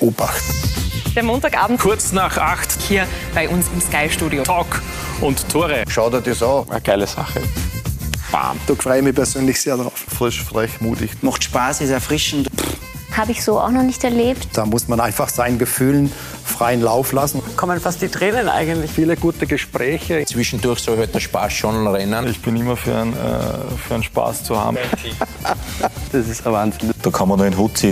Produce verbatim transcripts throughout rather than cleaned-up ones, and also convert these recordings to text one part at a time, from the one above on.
beobachten. Der Montagabend kurz nach acht hier bei uns im Sky-Studio. Talk und Tore. Schau dir das an. Eine geile Sache. Bam. Da freue ich mich persönlich sehr drauf. Frisch, frech, mutig. Macht Spaß, ist erfrischend. Habe ich so auch noch nicht erlebt. Da muss man einfach seinen Gefühlen freien Lauf lassen. Kommen fast die Tränen eigentlich. Viele gute Gespräche. Zwischendurch soll halt der Spaß schon rennen. Ich bin immer für einen, äh, für einen Spaß zu haben. Das ist ein Wahnsinn. Da kann man nur einen Hut ziehen.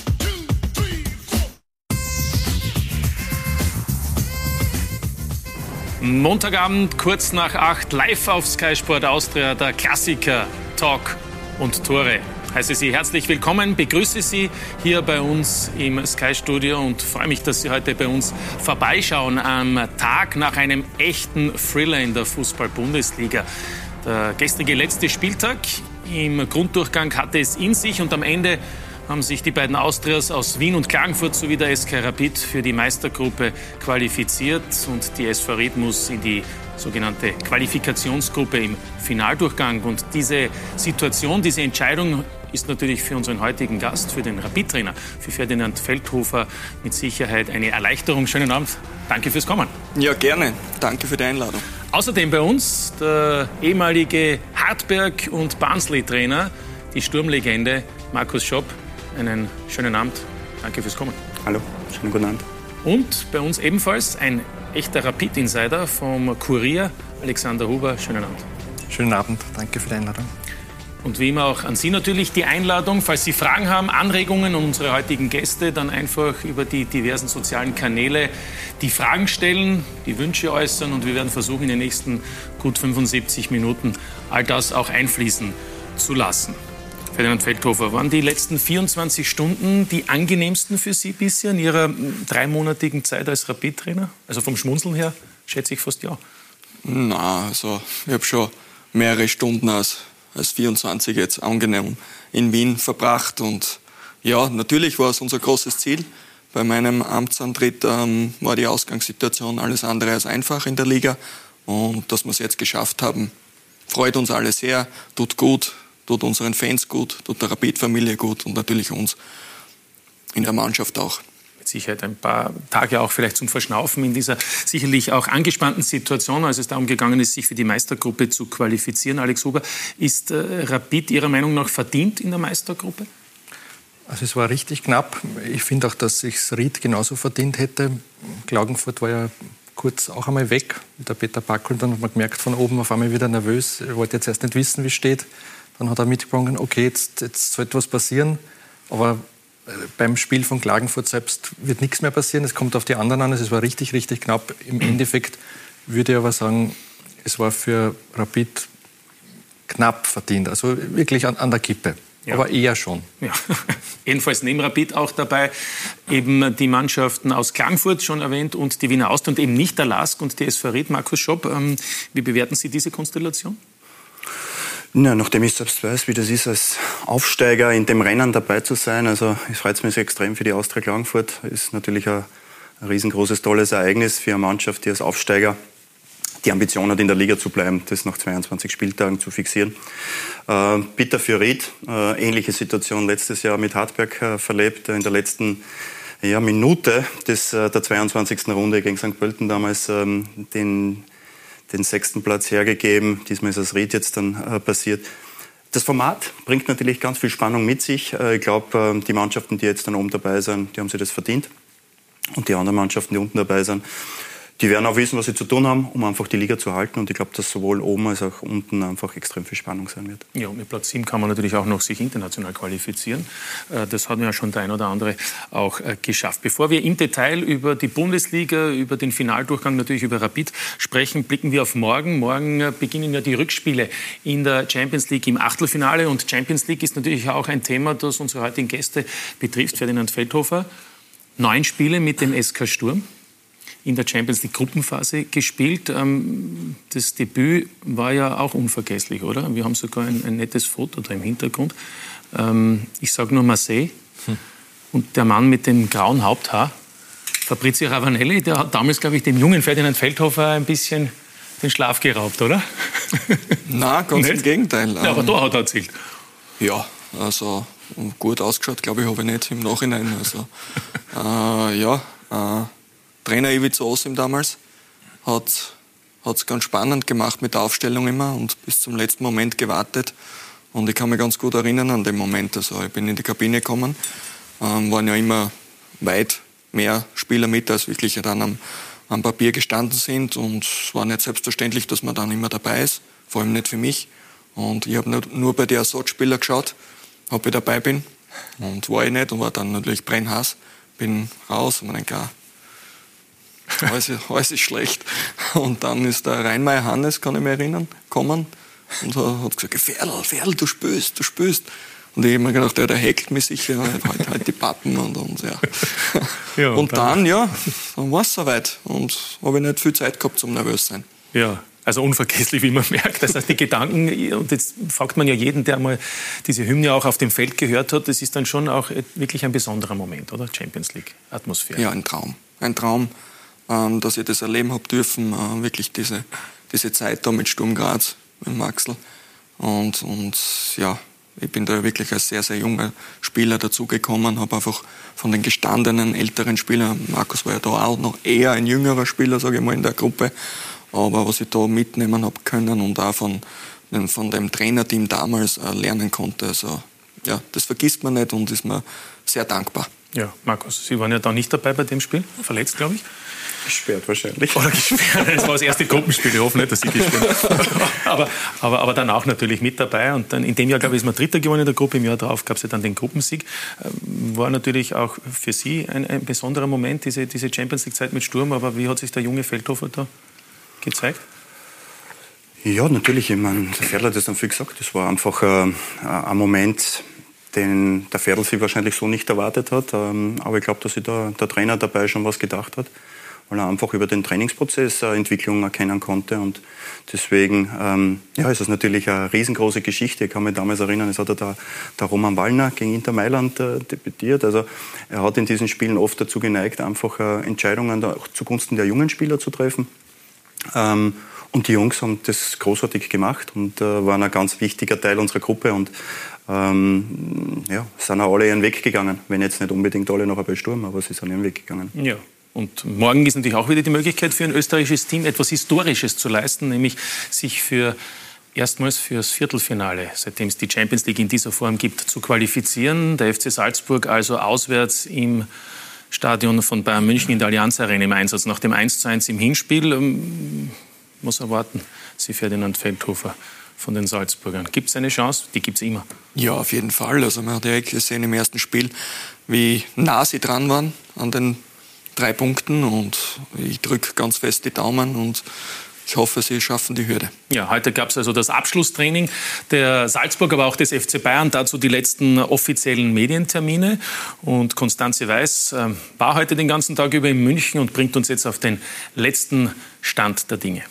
Montagabend, kurz nach acht, live auf Sky Sport Austria, der Klassiker Talk und Tore. Heiße Sie herzlich willkommen, begrüße Sie hier bei uns im Sky-Studio und freue mich, dass Sie heute bei uns vorbeischauen am Tag nach einem echten Thriller in der Fußball-Bundesliga. Der gestrige letzte Spieltag im Grunddurchgang hatte es in sich und am Ende haben sich die beiden Austrias aus Wien und Klagenfurt sowie der S K Rapid für die Meistergruppe qualifiziert und die S V Ried muss in die sogenannte Qualifikationsgruppe im Finaldurchgang. Und diese Situation, diese Entscheidung ist natürlich für unseren heutigen Gast, für den Rapid-Trainer, für Ferdinand Feldhofer mit Sicherheit eine Erleichterung. Schönen Abend, danke fürs Kommen. Ja, gerne. Danke für die Einladung. Außerdem bei uns der ehemalige Hartberg- und Barnsley-Trainer, die Sturmlegende Markus Schopp. Einen schönen Abend, danke fürs Kommen. Hallo, schönen guten Abend. Und bei uns ebenfalls ein echter Rapid-Insider vom Kurier, Alexander Huber. Schönen Abend. Schönen Abend, danke für die Einladung. Und wie immer auch an Sie natürlich die Einladung, falls Sie Fragen haben, Anregungen an unsere heutigen Gäste, dann einfach über die diversen sozialen Kanäle die Fragen stellen, die Wünsche äußern und wir werden versuchen, in den nächsten gut fünfundsiebzig Minuten all das auch einfließen zu lassen. Ferdinand Feldhofer, waren die letzten vierundzwanzig Stunden die angenehmsten für Sie bisher in Ihrer dreimonatigen Zeit als Rapid-Trainer? Also vom Schmunzeln her schätze ich fast ja. Na, also ich habe schon mehrere Stunden als, als vierundzwanzig jetzt angenehm in Wien verbracht. Und ja, natürlich war es unser großes Ziel. Bei meinem Amtsantritt ähm, war die Ausgangssituation alles andere als einfach in der Liga. Und dass wir es jetzt geschafft haben, freut uns alle sehr, tut gut. Tut unseren Fans gut, tut der Rapid-Familie gut und natürlich uns in der Mannschaft auch. Mit Sicherheit ein paar Tage auch vielleicht zum Verschnaufen in dieser sicherlich auch angespannten Situation, als es darum gegangen ist, sich für die Meistergruppe zu qualifizieren. Alex Huber, ist äh, Rapid Ihrer Meinung nach verdient in der Meistergruppe? Also es war richtig knapp. Ich finde auch, dass sich Ried genauso verdient hätte. Klagenfurt war ja kurz auch einmal weg. Der Peter Backel, dann hat man gemerkt, von oben auf einmal wieder nervös. Er wollte jetzt erst nicht wissen, wie es steht. Dann hat er mitgebracht, okay, jetzt, jetzt soll etwas passieren. Aber beim Spiel von Klagenfurt selbst wird nichts mehr passieren. Es kommt auf die anderen an. Es war richtig, richtig knapp. Im Endeffekt würde ich aber sagen, es war für Rapid knapp verdient. Also wirklich an, an der Kippe. Ja. Aber eher schon. Ja. Jedenfalls neben Rapid auch dabei eben die Mannschaften aus Klagenfurt schon erwähnt und die Wiener Austria und eben nicht der LASK und die S V Ried. Markus Schopp, ähm, wie bewerten Sie diese Konstellation? Ja, nachdem ich selbst weiß, wie das ist, als Aufsteiger in dem Rennen dabei zu sein, also es freut mich extrem für die Austria Klagenfurt. Ist natürlich ein, ein riesengroßes, tolles Ereignis für eine Mannschaft, die als Aufsteiger die Ambition hat, in der Liga zu bleiben, das nach zweiundzwanzig Spieltagen zu fixieren. Äh, bitter für Ried, äh, ähnliche Situation letztes Jahr mit Hartberg äh, verlebt, äh, in der letzten ja, Minute des, äh, der zweiundzwanzigsten Runde gegen Sankt Pölten damals ähm, den den sechsten Platz hergegeben. Diesmal ist es Ried jetzt dann äh, passiert. Das Format bringt natürlich ganz viel Spannung mit sich. Äh, ich glaube, äh, die Mannschaften, die jetzt dann oben dabei sind, die haben sich das verdient. Und die anderen Mannschaften, die unten dabei sind, die werden auch wissen, was sie zu tun haben, um einfach die Liga zu halten. Und ich glaube, dass sowohl oben als auch unten einfach extrem viel Spannung sein wird. Ja, mit Platz sieben kann man natürlich auch noch sich international qualifizieren. Das hat ja schon der ein oder andere auch geschafft. Bevor wir im Detail über die Bundesliga, über den Finaldurchgang, natürlich über Rapid sprechen, blicken wir auf morgen. Morgen beginnen ja die Rückspiele in der Champions League im Achtelfinale. Und Champions League ist natürlich auch ein Thema, das unsere heutigen Gäste betrifft. Ferdinand Feldhofer, neun Spiele mit dem S K Sturm in der Champions League Gruppenphase gespielt. Das Debüt war ja auch unvergesslich, oder? Wir haben sogar ein, ein nettes Foto da im Hintergrund. Ich sage nur Marseille. Hm. Und der Mann mit dem grauen Haupthaar, Fabrizio Ravanelli, der hat damals, glaube ich, dem jungen Ferdinand Feldhofer ein bisschen den Schlaf geraubt, oder? Na, ganz im Gegenteil. Ja, aber da hat er erzählt. Ja, also gut ausgeschaut, glaube ich, habe ich nicht im Nachhinein. Also, äh, ja, äh, Trainer Ivica Osim damals hat es ganz spannend gemacht mit der Aufstellung immer und bis zum letzten Moment gewartet. Und ich kann mich ganz gut erinnern an den Moment. Also ich bin in die Kabine gekommen, ähm, waren ja immer weit mehr Spieler mit, als wirklich dann am, am Papier gestanden sind. Und es war nicht selbstverständlich, dass man dann immer dabei ist, vor allem nicht für mich. Und ich habe nur, nur bei den Ersatzspielern geschaut, ob ich dabei bin. Und war ich nicht und war dann natürlich brennhaß. Bin raus und man denkt, ah, alles, alles ist schlecht. Und dann ist der Reinmeier Hannes, kann ich mich erinnern, gekommen und hat gesagt, Ferl, Ferl, du spürst, du spürst. Und ich habe mir gedacht, ja, der heckelt mich sicher, halt, halt die Pappen und, und ja. ja und, und dann, dann, ja, dann war es soweit. Und habe ich nicht viel Zeit gehabt zum nervös sein. Ja. Also unvergesslich, wie man merkt. Das heißt, die Gedanken, und jetzt fragt man ja jeden, der mal diese Hymne auch auf dem Feld gehört hat, das ist dann schon auch wirklich ein besonderer Moment, oder? Champions League-Atmosphäre. Ja, ein Traum. Ein Traum, ähm, dass ich das erleben habe dürfen. Äh, wirklich diese, diese Zeit da mit Sturm Graz, mit Maxl. Und, und ja, ich bin da wirklich als sehr, sehr junger Spieler dazugekommen, habe einfach von den gestandenen, älteren Spielern, Markus war ja da auch noch eher ein jüngerer Spieler, sage ich mal, in der Gruppe, aber was ich da mitnehmen habe können und auch von, von dem Trainerteam damals äh, lernen konnte. Also ja, das vergisst man nicht und ist mir sehr dankbar. Ja, Markus, Sie waren ja da nicht dabei bei dem Spiel, verletzt, glaube ich. Gesperrt wahrscheinlich. Oder gesperrt, das war das erste Gruppenspiel, ich hoffe nicht, dass Sie gesperrt aber, aber, aber dann auch natürlich mit dabei. Und dann in dem Jahr, glaube ich, ist man Dritter geworden in der Gruppe, im Jahr darauf gab es ja dann den Gruppensieg. War natürlich auch für Sie ein, ein besonderer Moment, diese, diese Champions-League-Zeit mit Sturm, aber wie hat sich der junge Feldhofer da gezeigt? Ja, natürlich. Ich meine, der Ferl hat das dann viel gesagt. Das war einfach äh, ein Moment, den der Ferl sich wahrscheinlich so nicht erwartet hat. Ähm, aber ich glaube, dass sich da der Trainer dabei schon was gedacht hat, weil er einfach über den Trainingsprozess eine Entwicklung erkennen konnte. Und deswegen ähm, ja, ist es natürlich eine riesengroße Geschichte. Ich kann mich damals erinnern, es hat ja der, der Roman Wallner gegen Inter Mailand äh, debütiert. Also er hat in diesen Spielen oft dazu geneigt, einfach äh, Entscheidungen da auch zugunsten der jungen Spieler zu treffen. Ähm, und die Jungs haben das großartig gemacht und äh, waren ein ganz wichtiger Teil unserer Gruppe und ähm, ja, sind auch alle ihren Weg gegangen. Wenn jetzt nicht unbedingt alle noch bei Sturm, aber sie sind ihren Weg gegangen. Ja. Und morgen ist natürlich auch wieder die Möglichkeit für ein österreichisches Team etwas Historisches zu leisten, nämlich sich für erstmals fürs Viertelfinale, seitdem es die Champions League in dieser Form gibt, zu qualifizieren. Der F C Salzburg also auswärts im Stadion von Bayern München in der Allianz Arena im Einsatz. Nach dem eins zu eins im Hinspiel ähm, muss erwarten, Sie Ferdinand Feldhofer von den Salzburgern. Gibt es eine Chance? Die gibt es immer. Ja, auf jeden Fall. Also man hat ja gesehen im ersten Spiel, wie nah sie dran waren an den drei Punkten und ich drücke ganz fest die Daumen und ich hoffe, sie schaffen die Hürde. Ja, heute gab es also das Abschlusstraining der Salzburg, aber auch des F C Bayern. Dazu die letzten offiziellen Medientermine. Und Constanze Weiß äh, war heute den ganzen Tag über in München und bringt uns jetzt auf den letzten Stand der Dinge.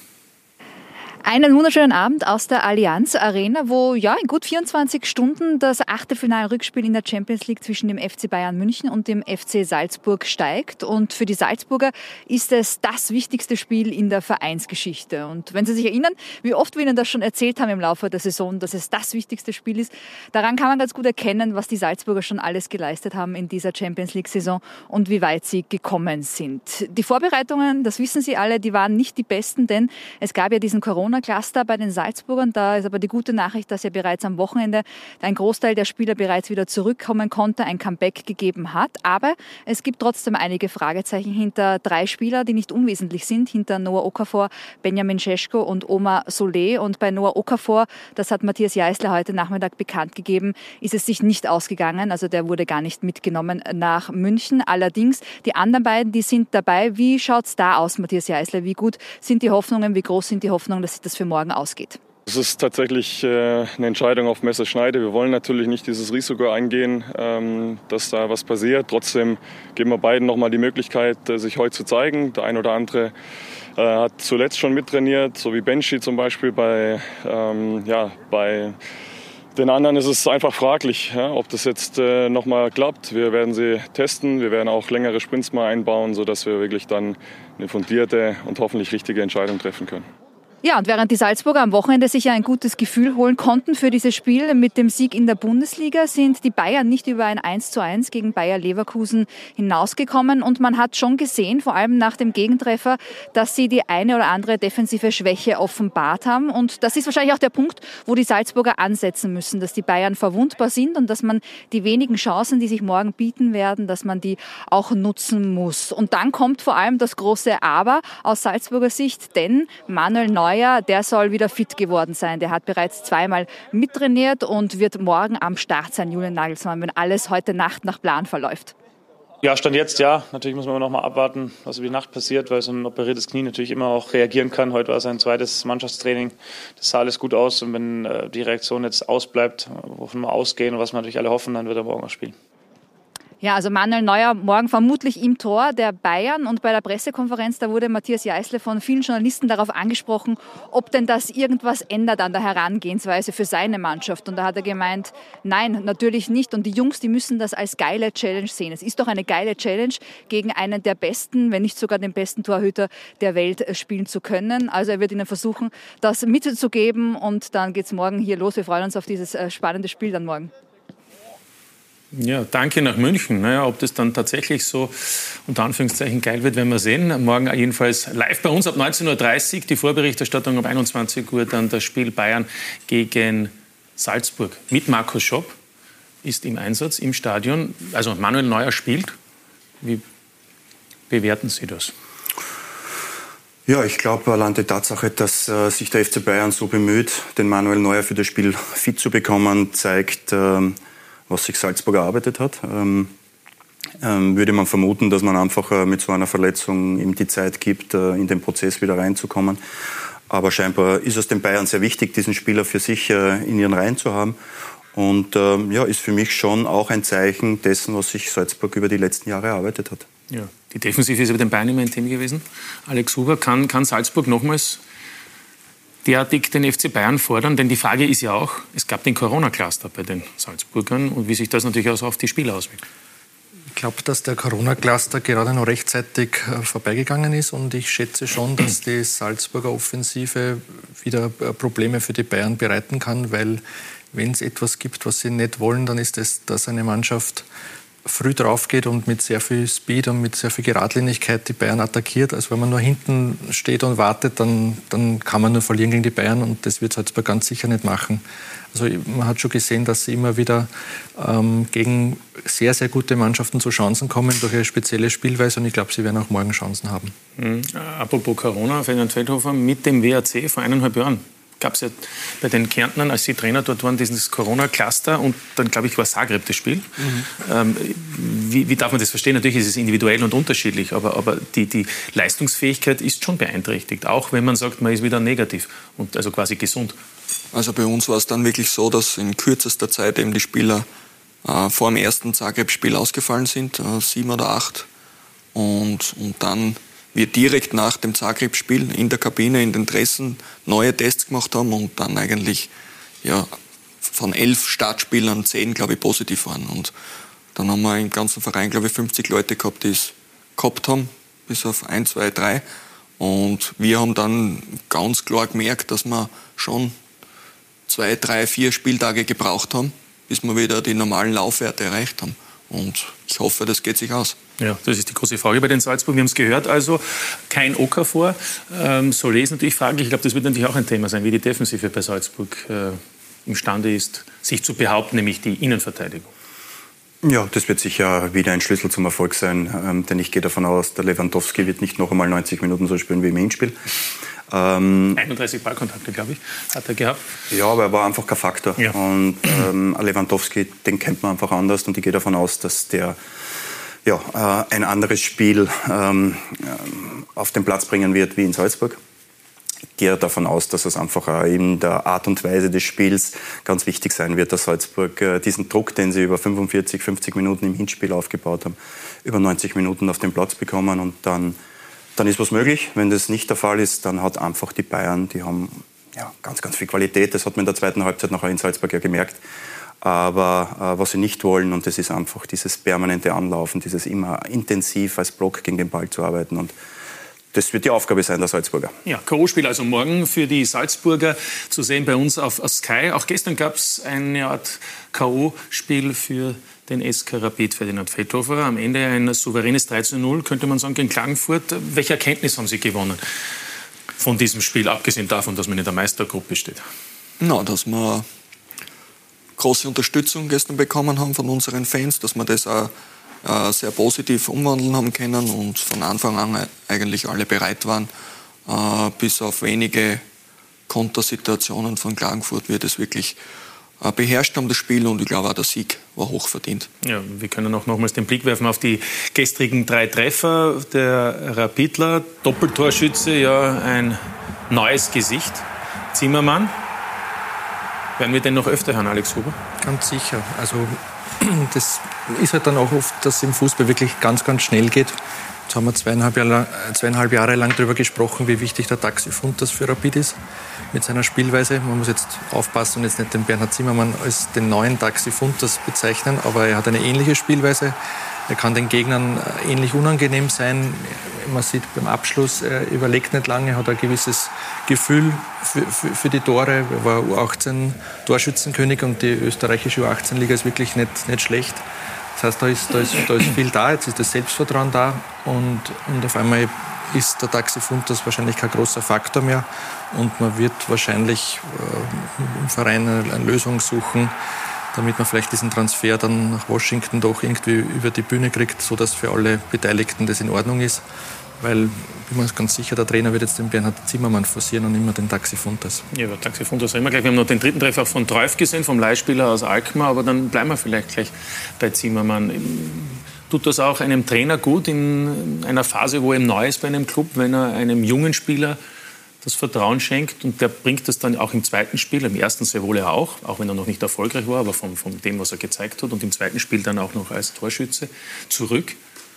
Einen wunderschönen Abend aus der Allianz Arena, wo ja in gut vierundzwanzig Stunden das Achtelfinal-Rückspiel in der Champions League zwischen dem F C Bayern München und dem F C Salzburg steigt. Und für die Salzburger ist es das wichtigste Spiel in der Vereinsgeschichte. Und wenn Sie sich erinnern, wie oft wir Ihnen das schon erzählt haben im Laufe der Saison, dass es das wichtigste Spiel ist, daran kann man ganz gut erkennen, was die Salzburger schon alles geleistet haben in dieser Champions League-Saison und wie weit sie gekommen sind. Die Vorbereitungen, das wissen Sie alle, die waren nicht die besten, denn es gab ja diesen Corona Cluster bei den Salzburgern. Da ist aber die gute Nachricht, dass ja bereits am Wochenende ein Großteil der Spieler bereits wieder zurückkommen konnte, ein Comeback gegeben hat. Aber es gibt trotzdem einige Fragezeichen hinter drei Spielern, die nicht unwesentlich sind. Hinter Noah Okafor, Benjamin Šeško und Omar Solé. Und bei Noah Okafor, das hat Matthias Jeißler heute Nachmittag bekannt gegeben, ist es sich nicht ausgegangen. Also der wurde gar nicht mitgenommen nach München. Allerdings die anderen beiden, die sind dabei. Wie schaut es da aus, Matthias Jeißler? Wie gut sind die Hoffnungen? Wie groß sind die Hoffnungen, dass sich das für morgen ausgeht? Es ist tatsächlich äh, eine Entscheidung auf Messerschneide. Wir wollen natürlich nicht dieses Risiko eingehen, ähm, dass da was passiert. Trotzdem geben wir beiden noch mal die Möglichkeit, äh, sich heute zu zeigen. Der ein oder andere äh, hat zuletzt schon mittrainiert, so wie Benchi zum Beispiel. Bei, ähm, ja, bei den anderen ist es einfach fraglich, ja, ob das jetzt äh, noch mal klappt. Wir werden sie testen. Wir werden auch längere Sprints mal einbauen, sodass wir wirklich dann eine fundierte und hoffentlich richtige Entscheidung treffen können. Ja, und während die Salzburger am Wochenende sich ja ein gutes Gefühl holen konnten für dieses Spiel mit dem Sieg in der Bundesliga, sind die Bayern nicht über ein eins zu eins gegen Bayer Leverkusen hinausgekommen. Und man hat schon gesehen, vor allem nach dem Gegentreffer, dass sie die eine oder andere defensive Schwäche offenbart haben. Und das ist wahrscheinlich auch der Punkt, wo die Salzburger ansetzen müssen, dass die Bayern verwundbar sind und dass man die wenigen Chancen, die sich morgen bieten werden, dass man die auch nutzen muss. Und dann kommt vor allem das große Aber aus Salzburger Sicht, denn Manuel Neuer, der soll wieder fit geworden sein. Der hat bereits zweimal mittrainiert und wird morgen am Start sein, Julian Nagelsmann, wenn alles heute Nacht nach Plan verläuft. Ja, Stand jetzt ja. Natürlich muss man noch mal abwarten, was über die Nacht passiert, weil so ein operiertes Knie natürlich immer auch reagieren kann. Heute war sein zweites Mannschaftstraining. Das sah alles gut aus. Und wenn äh, die Reaktion jetzt ausbleibt, wovon wir ausgehen und was wir natürlich alle hoffen, dann wird er morgen auch spielen. Ja, also Manuel Neuer morgen vermutlich im Tor der Bayern. Und bei der Pressekonferenz, da wurde Matthias Jeißle von vielen Journalisten darauf angesprochen, ob denn das irgendwas ändert an der Herangehensweise für seine Mannschaft. Und da hat er gemeint, nein, natürlich nicht. Und die Jungs, die müssen das als geile Challenge sehen. Es ist doch eine geile Challenge, gegen einen der besten, wenn nicht sogar den besten Torhüter der Welt spielen zu können. Also er wird ihnen versuchen, das mitzugeben. Und dann geht's morgen hier los. Wir freuen uns auf dieses spannende Spiel dann morgen. Ja, danke nach München. Naja, ob das dann tatsächlich so unter Anführungszeichen geil wird, werden wir sehen. Morgen jedenfalls live bei uns ab neunzehn Uhr dreißig, die Vorberichterstattung ab einundzwanzig Uhr, dann das Spiel Bayern gegen Salzburg. Mit Markus Schopp ist im Einsatz im Stadion. Also Manuel Neuer spielt. Wie bewerten Sie das? Ja, ich glaube, allein die Tatsache, dass äh, sich der F C Bayern so bemüht, den Manuel Neuer für das Spiel fit zu bekommen, zeigt, äh, was sich Salzburg erarbeitet hat. Ähm, ähm, würde man vermuten, dass man einfach äh, mit so einer Verletzung ihm die Zeit gibt, äh, in den Prozess wieder reinzukommen. Aber scheinbar ist es den Bayern sehr wichtig, diesen Spieler für sich äh, in ihren Reihen zu haben. Und ähm, ja, ist für mich schon auch ein Zeichen dessen, was sich Salzburg über die letzten Jahre erarbeitet hat. Ja, die Defensive ist über den Bayern immer ein Thema gewesen. Alex Huber, kann, kann Salzburg nochmals derartig den F C Bayern fordern? Denn die Frage ist ja auch, es gab den Corona-Cluster bei den Salzburgern und wie sich das natürlich auch auf die Spieler auswirkt. Ich glaube, dass der Corona-Cluster gerade noch rechtzeitig vorbeigegangen ist und ich schätze schon, dass die Salzburger Offensive wieder Probleme für die Bayern bereiten kann, weil wenn es etwas gibt, was sie nicht wollen, dann ist es, dass eine Mannschaft früh drauf geht und mit sehr viel Speed und mit sehr viel Geradlinigkeit die Bayern attackiert. Also wenn man nur hinten steht und wartet, dann, dann kann man nur verlieren gegen die Bayern und das wird Salzburg ganz sicher nicht machen. Also man hat schon gesehen, dass sie immer wieder ähm, gegen sehr, sehr gute Mannschaften zu Chancen kommen durch ihre spezielle Spielweise und ich glaube, sie werden auch morgen Chancen haben. Mhm. Apropos Corona, Ferdinand Feldhofer, mit dem W A C vor eineinhalb Jahren gab es ja bei den Kärntnern, als sie Trainer dort waren, dieses Corona-Cluster und dann, glaube ich, war Zagreb das Spiel. Mhm. Ähm, wie, wie darf man das verstehen? Natürlich ist es individuell und unterschiedlich, aber, aber die, die Leistungsfähigkeit ist schon beeinträchtigt, auch wenn man sagt, man ist wieder negativ und also quasi gesund. Also bei uns war es dann wirklich so, dass in kürzester Zeit eben die Spieler äh, vor dem ersten Zagreb-Spiel ausgefallen sind, äh, sieben oder acht. Und, und dann wir direkt nach dem Zagreb-Spiel in der Kabine, in den Dressen neue Tests gemacht haben und dann eigentlich ja, von elf Startspielern zehn, glaube ich, positiv waren. Und dann haben wir im ganzen Verein, glaube ich, fünfzig Leute gehabt, die es gehabt haben, bis auf ein, zwei, drei. Und wir haben dann ganz klar gemerkt, dass wir schon zwei, drei, vier Spieltage gebraucht haben, bis wir wieder die normalen Laufwerte erreicht haben. Und ich hoffe, das geht sich aus. Ja, das ist die große Frage bei den Salzburg. Wir haben es gehört, also kein Okafor. Ähm, Solé ist natürlich fraglich. Ich glaube, das wird natürlich auch ein Thema sein, wie die Defensive bei Salzburg äh, imstande ist, sich zu behaupten, nämlich die Innenverteidigung. Ja, das wird sicher wieder ein Schlüssel zum Erfolg sein, ähm, denn ich gehe davon aus, der Lewandowski wird nicht noch einmal neunzig Minuten so spielen wie im Hinspiel. Ähm, einunddreißig Ballkontakte, glaube ich, hat er gehabt. Ja, aber er war einfach kein Faktor. Ja. Und ähm, Lewandowski, den kennt man einfach anders und ich gehe davon aus, dass der ja, äh, ein anderes Spiel ähm, auf den Platz bringen wird wie in Salzburg. Ich gehe davon aus, dass es einfach auch in der Art und Weise des Spiels ganz wichtig sein wird, dass Salzburg äh, diesen Druck, den sie über fünfundvierzig, fünfzig Minuten im Hinspiel aufgebaut haben, über neunzig Minuten auf den Platz bekommen und dann Dann ist was möglich. Wenn das nicht der Fall ist, dann hat einfach die Bayern, die haben ja, ganz, ganz viel Qualität. Das hat man in der zweiten Halbzeit nachher in Salzburg ja gemerkt. Aber äh, was sie nicht wollen, und das ist einfach dieses permanente Anlaufen, dieses immer intensiv als Block gegen den Ball zu arbeiten. Und das wird die Aufgabe sein der Salzburger. Ja, K O-Spiel also morgen für die Salzburger zu sehen bei uns auf Sky. Auch gestern gab es eine Art K O-Spiel für den S K Rapid Ferdinand Feldhofer. Am Ende ein souveränes drei zu null, könnte man sagen, gegen Klagenfurt. Welche Erkenntnis haben Sie gewonnen von diesem Spiel, abgesehen davon, dass man in der Meistergruppe steht? Na, dass wir große Unterstützung gestern bekommen haben von unseren Fans, dass wir das auch äh, sehr positiv umwandeln haben können und von Anfang an eigentlich alle bereit waren, äh, bis auf wenige Kontersituationen von Klagenfurt wir das wirklich äh, beherrscht haben, das Spiel, und ich glaube auch der Sieg war hochverdient. Ja, wir können auch nochmals den Blick werfen auf die gestrigen drei Treffer. Der Rapidler, Doppeltorschütze, ja ein neues Gesicht. Zimmermann. Werden wir den noch öfter hören, Alex Huber? Ganz sicher. Also das ist halt dann auch oft, dass es im Fußball wirklich ganz, ganz schnell geht. Jetzt haben wir zweieinhalb Jahre, zweieinhalb Jahre lang darüber gesprochen, wie wichtig der Taxi Fountas für Rapid ist mit seiner Spielweise. Man muss jetzt aufpassen und jetzt nicht den Bernhard Zimmermann als den neuen Taxi Fountas bezeichnen, aber er hat eine ähnliche Spielweise. Er kann den Gegnern ähnlich unangenehm sein. Man sieht beim Abschluss, er überlegt nicht lange, hat ein gewisses Gefühl für, für, für die Tore. Er war U achtzehn Torschützenkönig und die österreichische U achtzehn Liga ist wirklich nicht, nicht schlecht. Das heißt, da ist, da, ist, da ist viel da, jetzt ist das Selbstvertrauen da und, und auf einmal ist der Taxi Fountas wahrscheinlich kein großer Faktor mehr und man wird wahrscheinlich äh, im Verein eine, eine Lösung suchen, damit man vielleicht diesen Transfer dann nach Washington doch irgendwie über die Bühne kriegt, sodass für alle Beteiligten das in Ordnung ist. Weil, ich bin mir ganz sicher, der Trainer wird jetzt den Bernhard Zimmermann forcieren und immer den Taxi Fountas. Ja, der Taxi Fountas immer gleich. Wir haben noch den dritten Treffer von Treuf gesehen, vom Leihspieler aus Alkmaar, aber dann bleiben wir vielleicht gleich bei Zimmermann. Tut das auch einem Trainer gut in einer Phase, wo er neu ist bei einem Club, wenn er einem jungen Spieler das Vertrauen schenkt und der bringt das dann auch im zweiten Spiel, im ersten sehr wohl auch, auch wenn er noch nicht erfolgreich war, aber von, von dem, was er gezeigt hat und im zweiten Spiel dann auch noch als Torschütze zurück?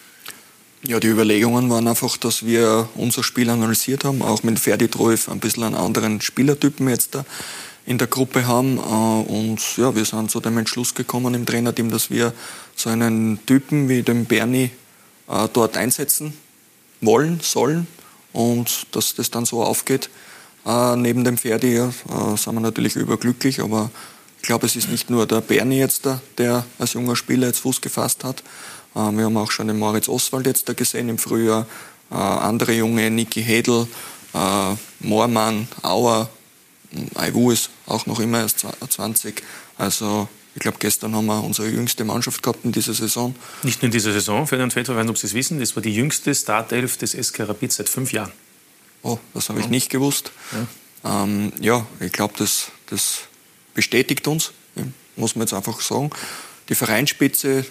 Ja, die Überlegungen waren einfach, dass wir unser Spiel analysiert haben, auch mit Ferdi Treuf ein bisschen einen anderen Spielertypen jetzt da in der Gruppe haben und ja, wir sind zu dem Entschluss gekommen im Trainerteam, dass wir so einen Typen wie den Berni äh, dort einsetzen wollen, sollen. Und dass das dann so aufgeht, äh, neben dem Ferdi, ja, äh, sind wir natürlich überglücklich. Aber ich glaube, es ist nicht nur der Berni jetzt, da, der als junger Spieler jetzt Fuß gefasst hat. Äh, wir haben auch schon den Moritz Oswald jetzt da gesehen im Frühjahr. Äh, andere Junge, Niki Hedl, äh, Moormann, Auer, Aiwu ist auch noch immer erst zwanzig. Also ich glaube, gestern haben wir unsere jüngste Mannschaft gehabt in dieser Saison. Nicht nur in dieser Saison, Ferdinand Feldhofer, ich weiß nicht, ob Sie es wissen, das war die jüngste Startelf des S K Rapid seit fünf Jahren. Oh, das habe ich nicht gewusst. Ja, ähm, ja ich glaube, das, das bestätigt uns, muss man jetzt einfach sagen. Die Vereinsspitze,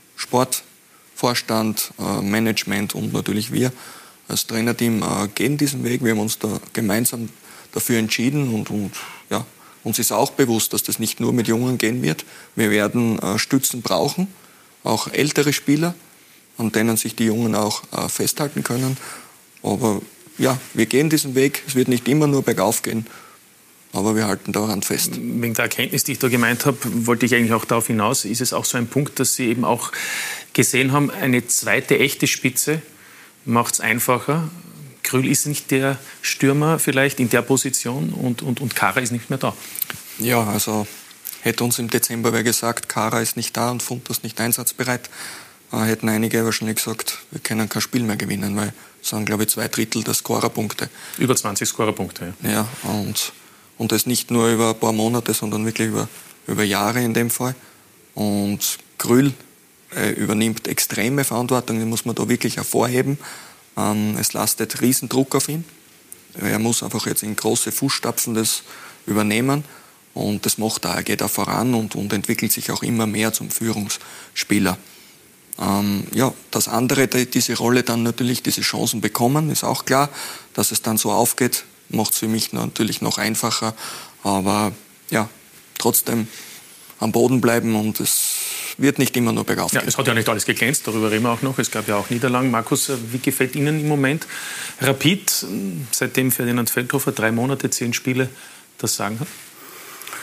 Sportvorstand, äh, Management und natürlich wir als Trainerteam äh, gehen diesen Weg. Wir haben uns da gemeinsam dafür entschieden und, und ja, uns ist auch bewusst, dass das nicht nur mit Jungen gehen wird. Wir werden äh, Stützen brauchen, auch ältere Spieler, an denen sich die Jungen auch äh, festhalten können. Aber ja, wir gehen diesen Weg. Es wird nicht immer nur bergauf gehen, aber wir halten daran fest. Wegen der Erkenntnis, die ich da gemeint habe, wollte ich eigentlich auch darauf hinaus. Ist es auch so ein Punkt, dass Sie eben auch gesehen haben, eine zweite echte Spitze macht es einfacher? Krüll ist nicht der Stürmer vielleicht in der Position und, und, und Kara ist nicht mehr da. Ja, also hätte uns im Dezember wer gesagt, Kara ist nicht da und Fountas nicht einsatzbereit, äh, hätten einige wahrscheinlich gesagt, wir können kein Spiel mehr gewinnen, weil es sind, glaube ich, zwei Drittel der Scorerpunkte. Über zwanzig Scorerpunkte, ja. Ja, und, und das nicht nur über ein paar Monate, sondern wirklich über, über Jahre in dem Fall. Und Krüll äh, übernimmt extreme Verantwortung, die muss man da wirklich hervorheben. Es lastet riesen Druck auf ihn. Er muss einfach jetzt in große Fußstapfen das übernehmen. Und das macht er. Er geht auch voran und, und entwickelt sich auch immer mehr zum Führungsspieler. Ähm, ja, dass andere die, diese Rolle dann natürlich, diese Chancen bekommen, ist auch klar. Dass es dann so aufgeht, macht es für mich natürlich noch einfacher. Aber ja, trotzdem am Boden bleiben und es wird nicht immer nur bergauf gehen. Ja, es hat ja nicht alles geglänzt, darüber reden wir auch noch. Es gab ja auch Niederlagen. Markus, wie gefällt Ihnen im Moment Rapid, seitdem Ferdinand Feldhofer drei Monate, zehn Spiele das Sagen hat?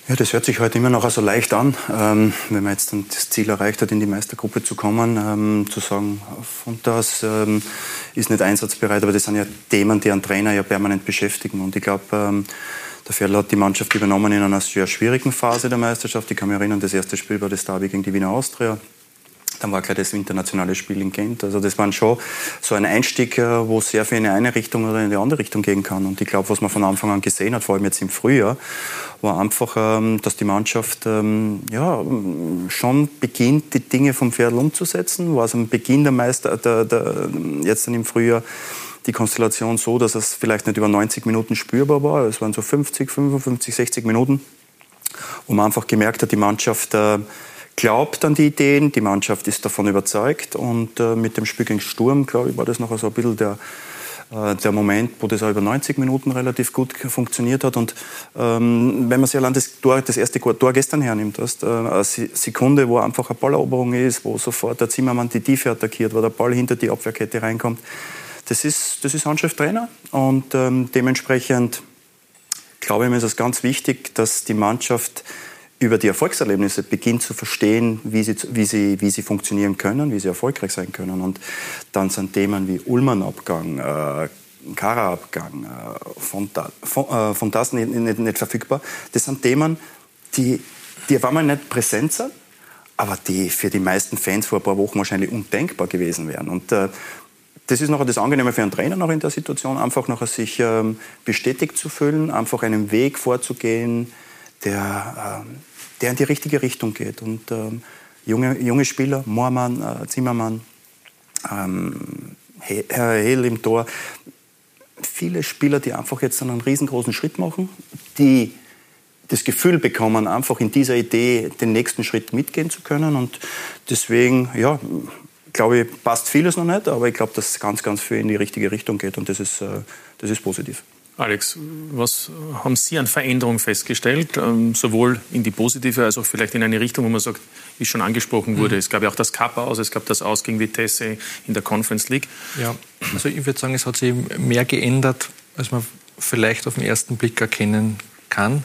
Ja, das hört sich heute immer noch so leicht an, ähm, wenn man jetzt dann das Ziel erreicht hat, in die Meistergruppe zu kommen, ähm, zu sagen, Fontas ähm, ist nicht einsatzbereit, aber das sind ja Themen, die einen Trainer ja permanent beschäftigen. Und ich glaube, ähm, der Ferl hat die Mannschaft übernommen in einer sehr schwierigen Phase der Meisterschaft. Ich kann mich erinnern, das erste Spiel war das Derby gegen die Wiener Austria. Dann war gleich das internationale Spiel in Gent. Also das war schon so ein Einstieg, wo sehr viel in eine Richtung oder in die andere Richtung gehen kann. Und ich glaube, was man von Anfang an gesehen hat, vor allem jetzt im Frühjahr, war einfach, dass die Mannschaft ja, schon beginnt, die Dinge vom Pferd umzusetzen. War es am Beginn der Meister, der, der, jetzt dann im Frühjahr, die Konstellation so, dass es vielleicht nicht über neunzig Minuten spürbar war. Es waren so fünfzig, fünfundfünfzig, sechzig Minuten, wo man einfach gemerkt hat, die Mannschaft äh, glaubt an die Ideen, die Mannschaft ist davon überzeugt. Und äh, mit dem Spiel gegen Sturm, glaube ich, war das noch so ein bisschen der, äh, der Moment, wo das auch über neunzig Minuten relativ gut funktioniert hat. Und ähm, wenn man sich allein das, Tor, das erste Tor gestern hernimmt, hast, äh, eine Sekunde, wo einfach eine Balleroberung ist, wo sofort der Zimmermann die Tiefe attackiert, wo der Ball hinter die Abwehrkette reinkommt, das ist, das ist Handschrift Trainer. Und ähm, dementsprechend glaube ich, mir ist es ganz wichtig, dass die Mannschaft über die Erfolgserlebnisse beginnt zu verstehen, wie sie, wie sie, wie sie funktionieren können, wie sie erfolgreich sein können. Und dann sind Themen wie Ullmann-Abgang, äh, Kara-Abgang, äh, Fontas von, äh, nicht, nicht, nicht verfügbar. Das sind Themen, die, die auf einmal nicht präsent sind, aber die für die meisten Fans vor ein paar Wochen wahrscheinlich undenkbar gewesen wären. Und äh, das ist nachher das Angenehme für einen Trainer noch in der Situation, einfach nachher sich ähm, bestätigt zu fühlen, einfach einen Weg vorzugehen, der, ähm, der in die richtige Richtung geht. Und ähm, junge, junge Spieler, Moormann, äh, Zimmermann, ähm, Herr Hehl im Tor, viele Spieler, die einfach jetzt einen riesengroßen Schritt machen, die das Gefühl bekommen, einfach in dieser Idee den nächsten Schritt mitgehen zu können. Und deswegen, ja, glaube ich, passt vieles noch nicht, aber ich glaube, dass ganz, ganz viel in die richtige Richtung geht und das ist, äh, das ist positiv. Alex, was haben Sie an Veränderungen festgestellt, ähm, sowohl in die positive als auch vielleicht in eine Richtung, wo man sagt, wie schon angesprochen wurde, mhm. es gab ja auch das Cup aus, es gab das Aus gegen Vitesse in der Conference League. Ja, also ich würde sagen, es hat sich mehr geändert, als man vielleicht auf den ersten Blick erkennen kann.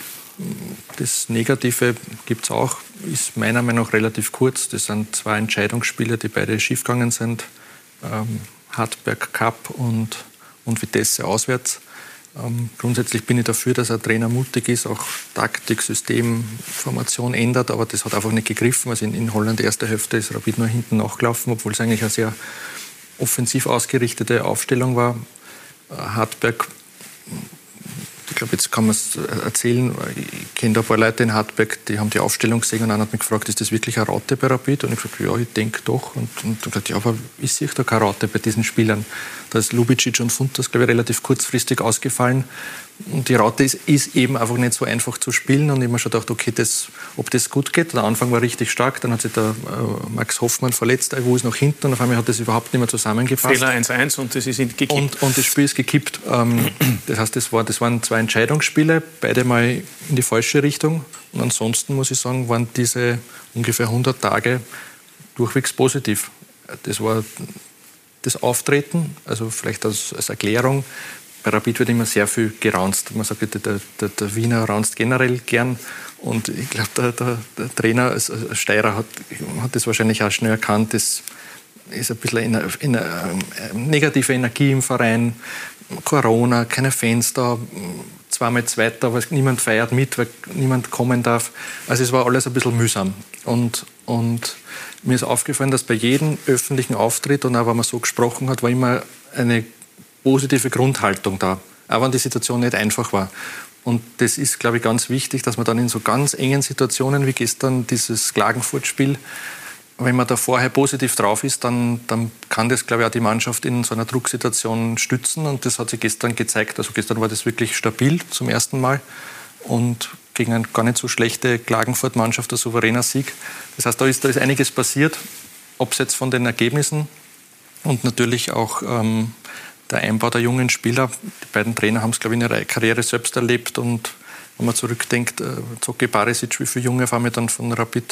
Das Negative gibt es auch, ist meiner Meinung nach relativ kurz. Das sind zwei Entscheidungsspiele, die beide schiefgegangen sind. Ähm, Hartberg Cup und, und Vitesse auswärts. Ähm, grundsätzlich bin ich dafür, dass ein Trainer mutig ist, auch Taktik, System, Formation ändert, aber das hat einfach nicht gegriffen. Also in, in Holland, die erste Hälfte, ist Rapid nur hinten nachgelaufen, obwohl es eigentlich eine sehr offensiv ausgerichtete Aufstellung war. Äh, Hartberg, ich glaube, jetzt kann man es erzählen, ich kenne da ein paar Leute in Hartberg, die haben die Aufstellung gesehen und einer hat mich gefragt, ist das wirklich eine Raute bei Rapid? Und ich habe gesagt, ja, ich denke doch. Und, und gesagt, ja, aber ich sehe da keine Raute bei diesen Spielern. Da ist Lubicic und Fontas, glaube ich, relativ kurzfristig ausgefallen. Und die Raute ist, ist eben einfach nicht so einfach zu spielen. Und ich habe mir schon gedacht, okay, das, ob das gut geht. Der Anfang war richtig stark, dann hat sich der äh, Max Hoffmann verletzt, wo ist nach hinten und auf einmal hat das überhaupt nicht mehr zusammengepasst. Fehler eins eins und das ist gekippt. Und, und das Spiel ist gekippt. Ähm, das heißt, das, war, das waren zwei Entscheidungsspiele, beide mal in die falsche Richtung. Und ansonsten, muss ich sagen, waren diese ungefähr hundert Tage durchwegs positiv. Das war das Auftreten, also vielleicht als, als Erklärung. Bei Rapid wird immer sehr viel geraunzt. Man sagt, der, der, der Wiener raunzt generell gern. Und ich glaube, der, der, der Trainer als, als Steirer hat, hat das wahrscheinlich auch schnell erkannt. Das ist ein bisschen eine, eine, eine negative Energie im Verein. Corona, keine Fans da, zweimal Zweiter, weil niemand feiert mit, weil niemand kommen darf. Also es war alles ein bisschen mühsam. Und, und mir ist aufgefallen, dass bei jedem öffentlichen Auftritt und auch wenn man so gesprochen hat, war immer eine positive Grundhaltung da, auch wenn die Situation nicht einfach war. Und das ist, glaube ich, ganz wichtig, dass man dann in so ganz engen Situationen wie gestern dieses Klagenfurt-Spiel, wenn man da vorher positiv drauf ist, dann, dann kann das, glaube ich, auch die Mannschaft in so einer Drucksituation stützen. Und das hat sich gestern gezeigt. Also gestern war das wirklich stabil zum ersten Mal und gegen eine gar nicht so schlechte Klagenfurt-Mannschaft ein souveräner Sieg. Das heißt, da ist, da ist einiges passiert, abseits von den Ergebnissen und natürlich auch ähm, der Einbau der jungen Spieler. Die beiden Trainer haben es, glaube ich, in ihrer Karriere selbst erlebt. Und wenn man zurückdenkt, äh, Zocki Barisic, wie viele Junge auf einmal dann von Rapid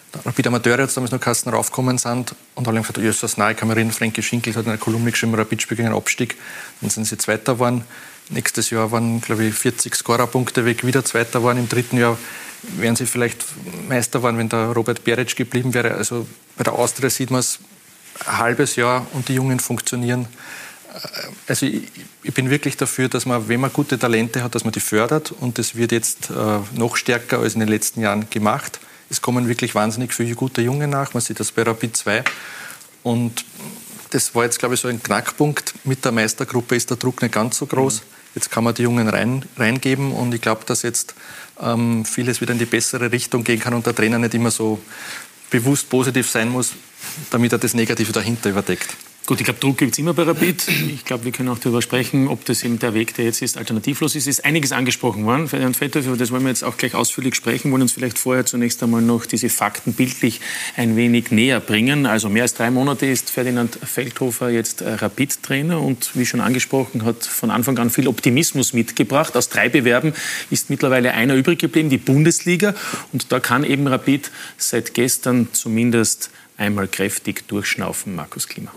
Rapid Amateure jetzt damals noch Kasten raufgekommen sind und alle haben gesagt, Jesus, nein, ich kann mich erinnern, Frankie Schinkel hat in einer Kolumne geschrieben, Rapid spielt gegen einen Abstieg. Dann sind sie Zweiter geworden. Nächstes Jahr waren, glaube ich, vierzig Scorerpunkte weg, wieder Zweiter waren. Im dritten Jahr wären sie vielleicht Meister geworden, wenn der Robert Beric geblieben wäre. Also bei der Austria sieht man es ein halbes Jahr und die Jungen funktionieren. Also ich, ich bin wirklich dafür, dass man, wenn man gute Talente hat, dass man die fördert. Und das wird jetzt äh, noch stärker als in den letzten Jahren gemacht. Es kommen wirklich wahnsinnig viele gute Junge nach. Man sieht das bei Rapid zwei. Und das war jetzt, glaube ich, so ein Knackpunkt. Mit der Meistergruppe ist der Druck nicht ganz so groß. Jetzt kann man die Jungen rein, reingeben. Und ich glaube, dass jetzt ähm, vieles wieder in die bessere Richtung gehen kann und der Trainer nicht immer so bewusst positiv sein muss, damit er das Negative dahinter überdeckt. Gut, ich glaube, Druck gibt es immer bei Rapid. Ich glaube, wir können auch darüber sprechen, ob das eben der Weg, der jetzt ist, alternativlos ist. Es ist einiges angesprochen worden, Ferdinand Fetthoff, über das wollen wir jetzt auch gleich ausführlich sprechen. Wir wollen uns vielleicht vorher zunächst einmal noch diese Fakten bildlich ein wenig näher bringen. Also mehr als drei Monate ist Ferdinand Feldhofer jetzt Rapid-Trainer und wie schon angesprochen, hat von Anfang an viel Optimismus mitgebracht. Aus drei Bewerben ist mittlerweile einer übrig geblieben, die Bundesliga. Und da kann eben Rapid seit gestern zumindest einmal kräftig durchschnaufen. Markus Klima.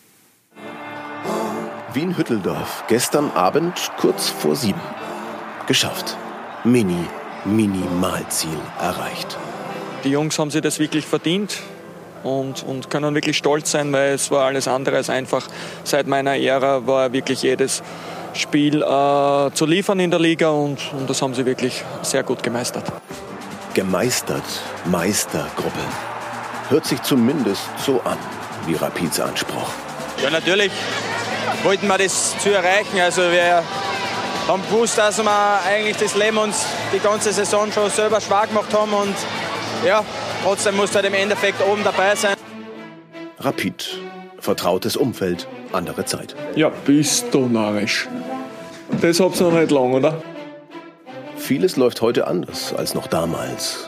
Wien-Hütteldorf, gestern Abend kurz vor sieben. Geschafft. Mini, Minimalziel erreicht. Die Jungs haben sich das wirklich verdient und, und können wirklich stolz sein, weil es war alles andere als einfach. Seit meiner Ära war wirklich jedes Spiel äh, zu liefern in der Liga und, und das haben sie wirklich sehr gut gemeistert. Gemeistert, Meistergruppe. Hört sich zumindest so an, wie Rapids Anspruch. Ja, natürlich wollten wir das zu erreichen. Also wir haben gewusst, dass wir eigentlich das Leben uns die ganze Saison schon selber schwer gemacht haben und ja, trotzdem muss halt im Endeffekt oben dabei sein. Rapid, vertrautes Umfeld, andere Zeit. Ja, bist du narrisch. Das hab's noch nicht lang, oder? Vieles läuft heute anders als noch damals.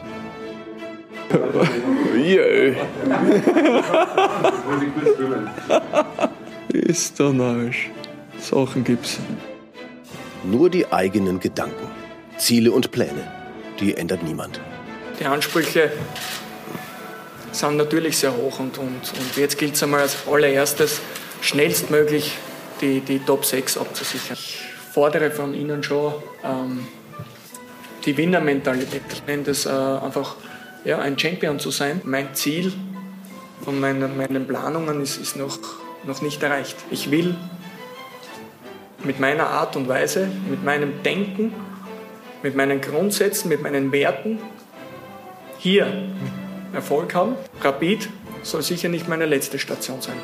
Jö. Ist doch narrisch. Sachen gibt's. Nur die eigenen Gedanken, Ziele und Pläne, die ändert niemand. Die Ansprüche sind natürlich sehr hoch und, und, und jetzt gilt es einmal als allererstes, schnellstmöglich die, die Top sechs abzusichern. Ich fordere von Ihnen schon ähm, die Winnermentalität. Ich nenne das äh, einfach ja, ein Champion zu sein. Mein Ziel von meinen, meinen Planungen ist, ist noch, noch nicht erreicht. Ich will mit meiner Art und Weise, mit meinem Denken, mit meinen Grundsätzen, mit meinen Werten hier Erfolg haben. Rapid soll sicher nicht meine letzte Station sein.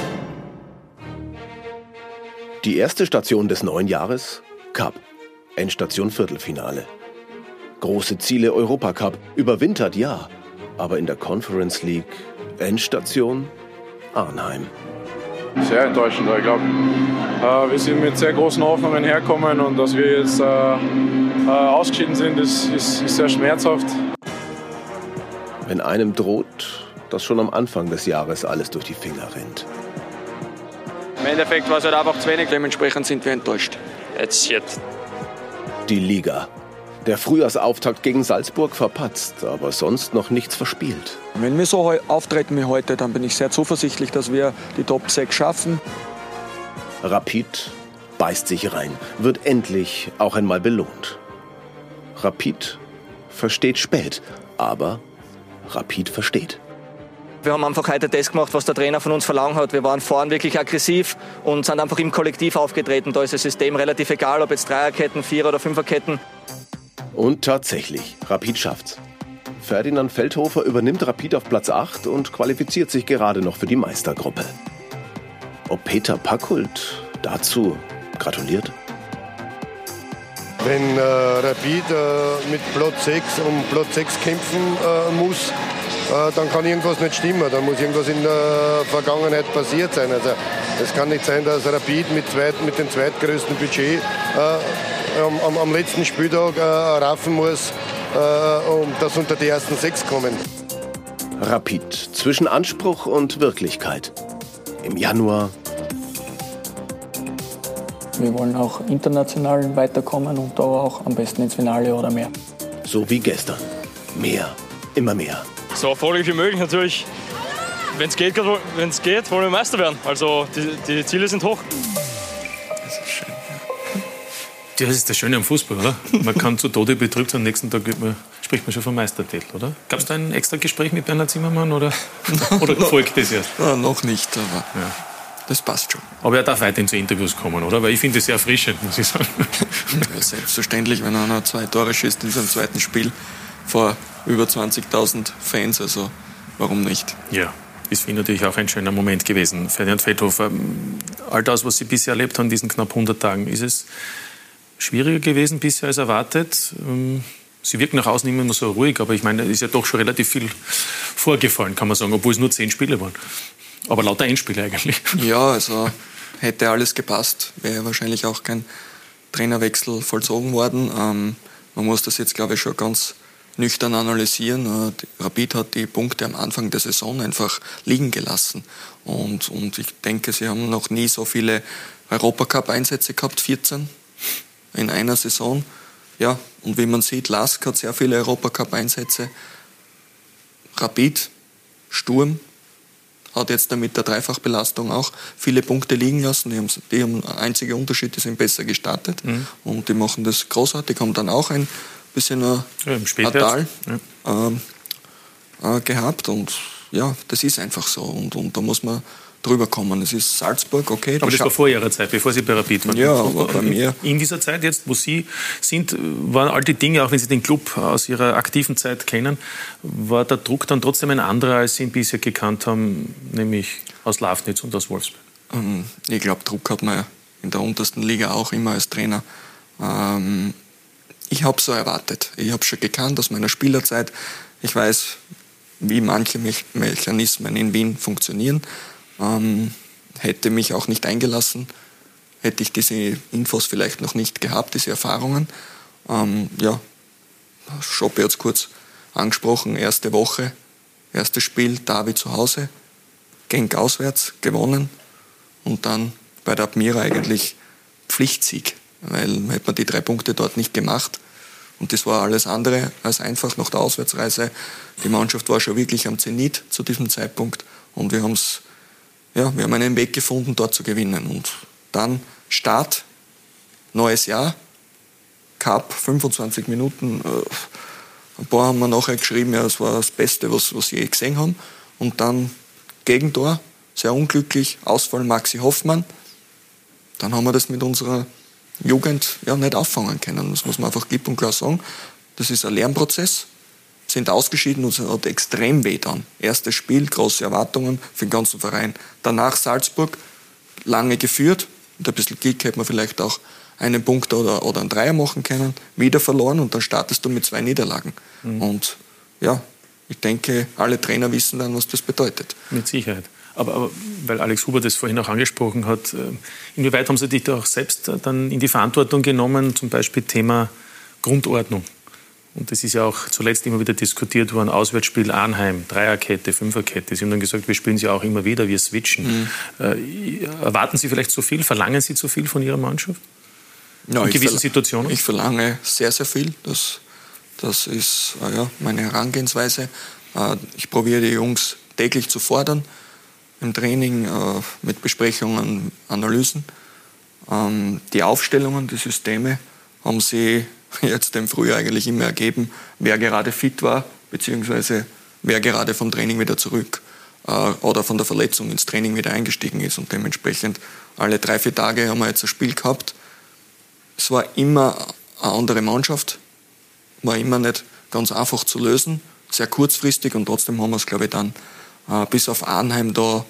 Die erste Station des neuen Jahres? Cup. Endstation Viertelfinale. Große Ziele Europacup. Überwintert ja. Aber in der Conference League Endstation Arnheim. Sehr enttäuschend. Ich glaube, äh, wir sind mit sehr großen Hoffnungen hergekommen und dass wir jetzt äh, äh, ausgeschieden sind, ist, ist, ist sehr schmerzhaft. Wenn einem droht, dass schon am Anfang des Jahres alles durch die Finger rennt. Im Endeffekt war es halt einfach zu wenig, dementsprechend sind wir enttäuscht. Jetzt jetzt. Die Liga. Der Frühjahrsauftakt gegen Salzburg verpatzt, aber sonst noch nichts verspielt. Wenn wir so auftreten wie heute, dann bin ich sehr zuversichtlich, dass wir die Top sechs schaffen. Rapid beißt sich rein, wird endlich auch einmal belohnt. Rapid versteht spät, aber Rapid versteht. Wir haben einfach heute das gemacht, was der Trainer von uns verlangt hat. Wir waren vorn wirklich aggressiv und sind einfach im Kollektiv aufgetreten. Da ist das System relativ egal, ob jetzt Dreierketten, Vierer- oder Fünferketten. Und tatsächlich, Rapid schafft's. Ferdinand Feldhofer übernimmt Rapid auf Platz acht und qualifiziert sich gerade noch für die Meistergruppe. Ob Peter Packhult dazu gratuliert? Wenn äh, Rapid äh, mit Platz sechs um Platz sechs kämpfen äh, muss, äh, dann kann irgendwas nicht stimmen. Dann muss irgendwas in der Vergangenheit passiert sein. Also, es kann nicht sein, dass Rapid mit, zweit, mit dem zweitgrößten Budget äh, am, am, am letzten Spieltag äh, raffen muss, äh, um das unter die ersten sechs kommen. Rapid zwischen Anspruch und Wirklichkeit. Im Januar. Wir wollen auch international weiterkommen und da auch am besten ins Finale oder mehr. So wie gestern. Mehr, immer mehr. so erfolgreich wie möglich natürlich. Wenn es geht, wenn es geht, wollen wir Meister werden. Also die, die Ziele sind hoch. Das ist schön. Ja, das ist das Schöne am Fußball, oder? Man kann zu Tode betrübt sein, am nächsten Tag man, spricht man schon vom Meistertitel, oder? Gab es da ein extra Gespräch mit Bernhard Zimmermann oder, oder folgt das erst? Ja, noch nicht, aber ja. Das passt schon. Aber er darf weiterhin zu Interviews kommen, oder? Weil ich finde es sehr erfrischend, muss ich sagen. Ja, selbstverständlich, wenn einer zwei Tore schießt in seinem zweiten Spiel vor über zwanzigtausend Fans, also warum nicht? Ja. Das finde ich natürlich auch ein schöner Moment gewesen. Ferdinand Feldhofer, all das, was Sie bisher erlebt haben in diesen knapp hundert Tagen, ist es schwieriger gewesen bisher als erwartet? Sie wirken nach außen immer nur so ruhig, aber ich meine, es ist ja doch schon relativ viel vorgefallen, kann man sagen, obwohl es nur zehn Spiele waren. Aber lauter Endspiele eigentlich. Ja, also hätte alles gepasst, wäre wahrscheinlich auch kein Trainerwechsel vollzogen worden. Ähm, man muss das jetzt, glaube ich, schon ganz nüchtern analysieren. Rapid hat die Punkte am Anfang der Saison einfach liegen gelassen. Und, und ich denke, sie haben noch nie so viele Europacup-Einsätze gehabt, vierzehn in einer Saison. Ja, und wie man sieht, Lask hat sehr viele Europacup-Einsätze. Rapid, Sturm hat jetzt mit der Dreifachbelastung auch viele Punkte liegen lassen. Die haben, die haben einzige Unterschied, die sind besser gestartet. Mhm. Und die machen das großartig, haben dann auch ein bisschen ein ja, Tal ja. ähm, äh, gehabt. Und ja, das ist einfach so. Und, und da muss man drüber kommen. Es ist Salzburg, okay. Aber das war vor Ihrer Zeit, bevor Sie bei Rapid waren. Ja, aber bei mir. In dieser Zeit jetzt, wo Sie sind, waren all die Dinge, auch wenn Sie den Club aus Ihrer aktiven Zeit kennen, war der Druck dann trotzdem ein anderer, als Sie ihn bisher gekannt haben, nämlich aus Lafnitz und aus Wolfsburg? Ähm, ich glaube, Druck hat man in der untersten Liga auch immer als Trainer. Ähm, ich habe es so erwartet. Ich habe schon gekannt aus meiner Spielerzeit. Ich weiß, wie manche Me- Mechanismen in Wien funktionieren. Ähm, hätte mich auch nicht eingelassen, hätte ich diese Infos vielleicht noch nicht gehabt, diese Erfahrungen. Ähm, ja, Schoppe hat es kurz angesprochen, erste Woche, erstes Spiel, Derby zu Hause, Genk auswärts, gewonnen und dann bei der Admira eigentlich Pflichtsieg, weil hätte man die drei Punkte dort nicht gemacht. Und das war alles andere als einfach nach der Auswärtsreise. Die Mannschaft war schon wirklich am Zenit zu diesem Zeitpunkt und wir haben es Ja, wir haben einen Weg gefunden, dort zu gewinnen. Und dann Start, neues Jahr, Cup, fünfundzwanzig Minuten. Ein paar haben wir nachher geschrieben, ja, das war das Beste, was, was wir je gesehen haben. Und dann Gegentor, sehr unglücklich, Ausfall Maxi Hoffmann. Dann haben wir das mit unserer Jugend ja, nicht auffangen können. Das muss man einfach klipp und klar sagen. Das ist ein Lernprozess. Sind ausgeschieden und es hat extrem weh dann. Erstes Spiel, große Erwartungen für den ganzen Verein. Danach Salzburg, lange geführt. Mit ein bisschen Glück hätte man vielleicht auch einen Punkt oder, oder einen Dreier machen können. Wieder verloren und dann startest du mit zwei Niederlagen. Mhm. Und ja, ich denke, alle Trainer wissen dann, was das bedeutet. Mit Sicherheit. Aber, aber weil Alex Huber das vorhin auch angesprochen hat, inwieweit haben Sie dich da auch selbst dann in die Verantwortung genommen, zum Beispiel Thema Grundordnung? Und das ist ja auch zuletzt immer wieder diskutiert worden, Auswärtsspiel Arnheim, Dreierkette, Fünferkette. Sie haben dann gesagt, wir spielen sie auch immer wieder, wir switchen. Mhm. Äh, erwarten Sie vielleicht zu viel? Verlangen Sie zu viel von Ihrer Mannschaft? Ja, in gewissen verla- Situationen? Ich verlange sehr, sehr viel. Das, das ist äh, ja, meine Herangehensweise. Äh, ich probiere die Jungs täglich zu fordern, im Training äh, mit Besprechungen, Analysen. Ähm, die Aufstellungen, die Systeme haben sie jetzt im Frühjahr eigentlich immer ergeben, wer gerade fit war, beziehungsweise wer gerade vom Training wieder zurück äh, oder von der Verletzung ins Training wieder eingestiegen ist. Und dementsprechend alle drei, vier Tage haben wir jetzt ein Spiel gehabt. Es war immer eine andere Mannschaft, war immer nicht ganz einfach zu lösen, sehr kurzfristig und trotzdem haben wir es, glaube ich, dann äh, bis auf Arnheim da,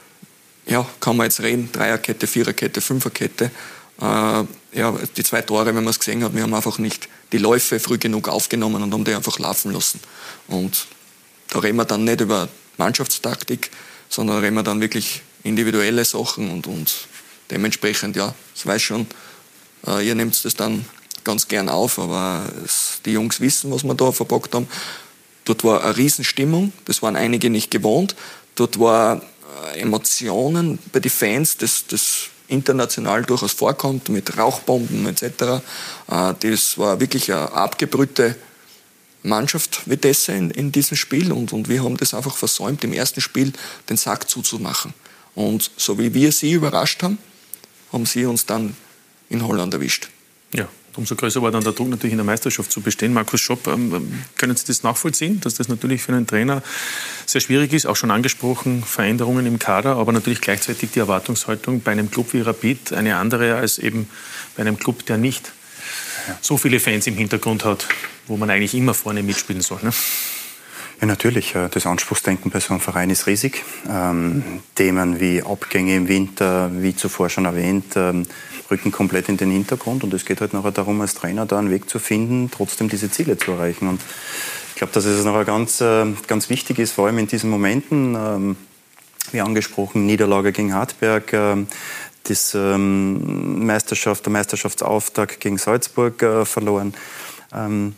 ja, kann man jetzt reden, Dreierkette, Viererkette, Fünferkette. Äh, ja, die zwei Tore, wenn man es gesehen hat, wir haben einfach nicht die Läufe früh genug aufgenommen und haben die einfach laufen lassen. Und da reden wir dann nicht über Mannschaftstaktik, sondern reden wir dann wirklich individuelle Sachen und, und dementsprechend, ja, ich weiß schon, äh, ihr nehmt das dann ganz gern auf, aber es, die Jungs wissen, was wir da verpackt haben. Dort war eine Riesenstimmung, das waren einige nicht gewohnt. Dort war äh, Emotionen bei den Fans, das, das international durchaus vorkommt, mit Rauchbomben et cetera. Das war wirklich eine abgebrühte Mannschaft Vitesse in, in diesem Spiel und, und wir haben das einfach versäumt, im ersten Spiel den Sack zuzumachen. Und so wie wir sie überrascht haben, haben sie uns dann in Holland erwischt. Ja, umso größer war dann der Druck natürlich in der Meisterschaft zu bestehen. Markus Schopp, ähm, können Sie das nachvollziehen, dass das natürlich für einen Trainer sehr schwierig ist, auch schon angesprochen, Veränderungen im Kader, aber natürlich gleichzeitig die Erwartungshaltung bei einem Club wie Rapid eine andere als eben bei einem Club, der nicht so viele Fans im Hintergrund hat, wo man eigentlich immer vorne mitspielen soll, ne? Ja, natürlich. Das Anspruchsdenken bei so einem Verein ist riesig. Ähm, Themen wie Abgänge im Winter, wie zuvor schon erwähnt, ähm, rücken komplett in den Hintergrund. Und es geht halt nachher darum, als Trainer da einen Weg zu finden, trotzdem diese Ziele zu erreichen. Und ich glaube, dass es nachher ganz, äh, ganz wichtig ist, vor allem in diesen Momenten, ähm, wie angesprochen, Niederlage gegen Hartberg, äh, das, ähm, Meisterschaft, der Meisterschaftsauftakt gegen Salzburg äh, verloren. Ähm,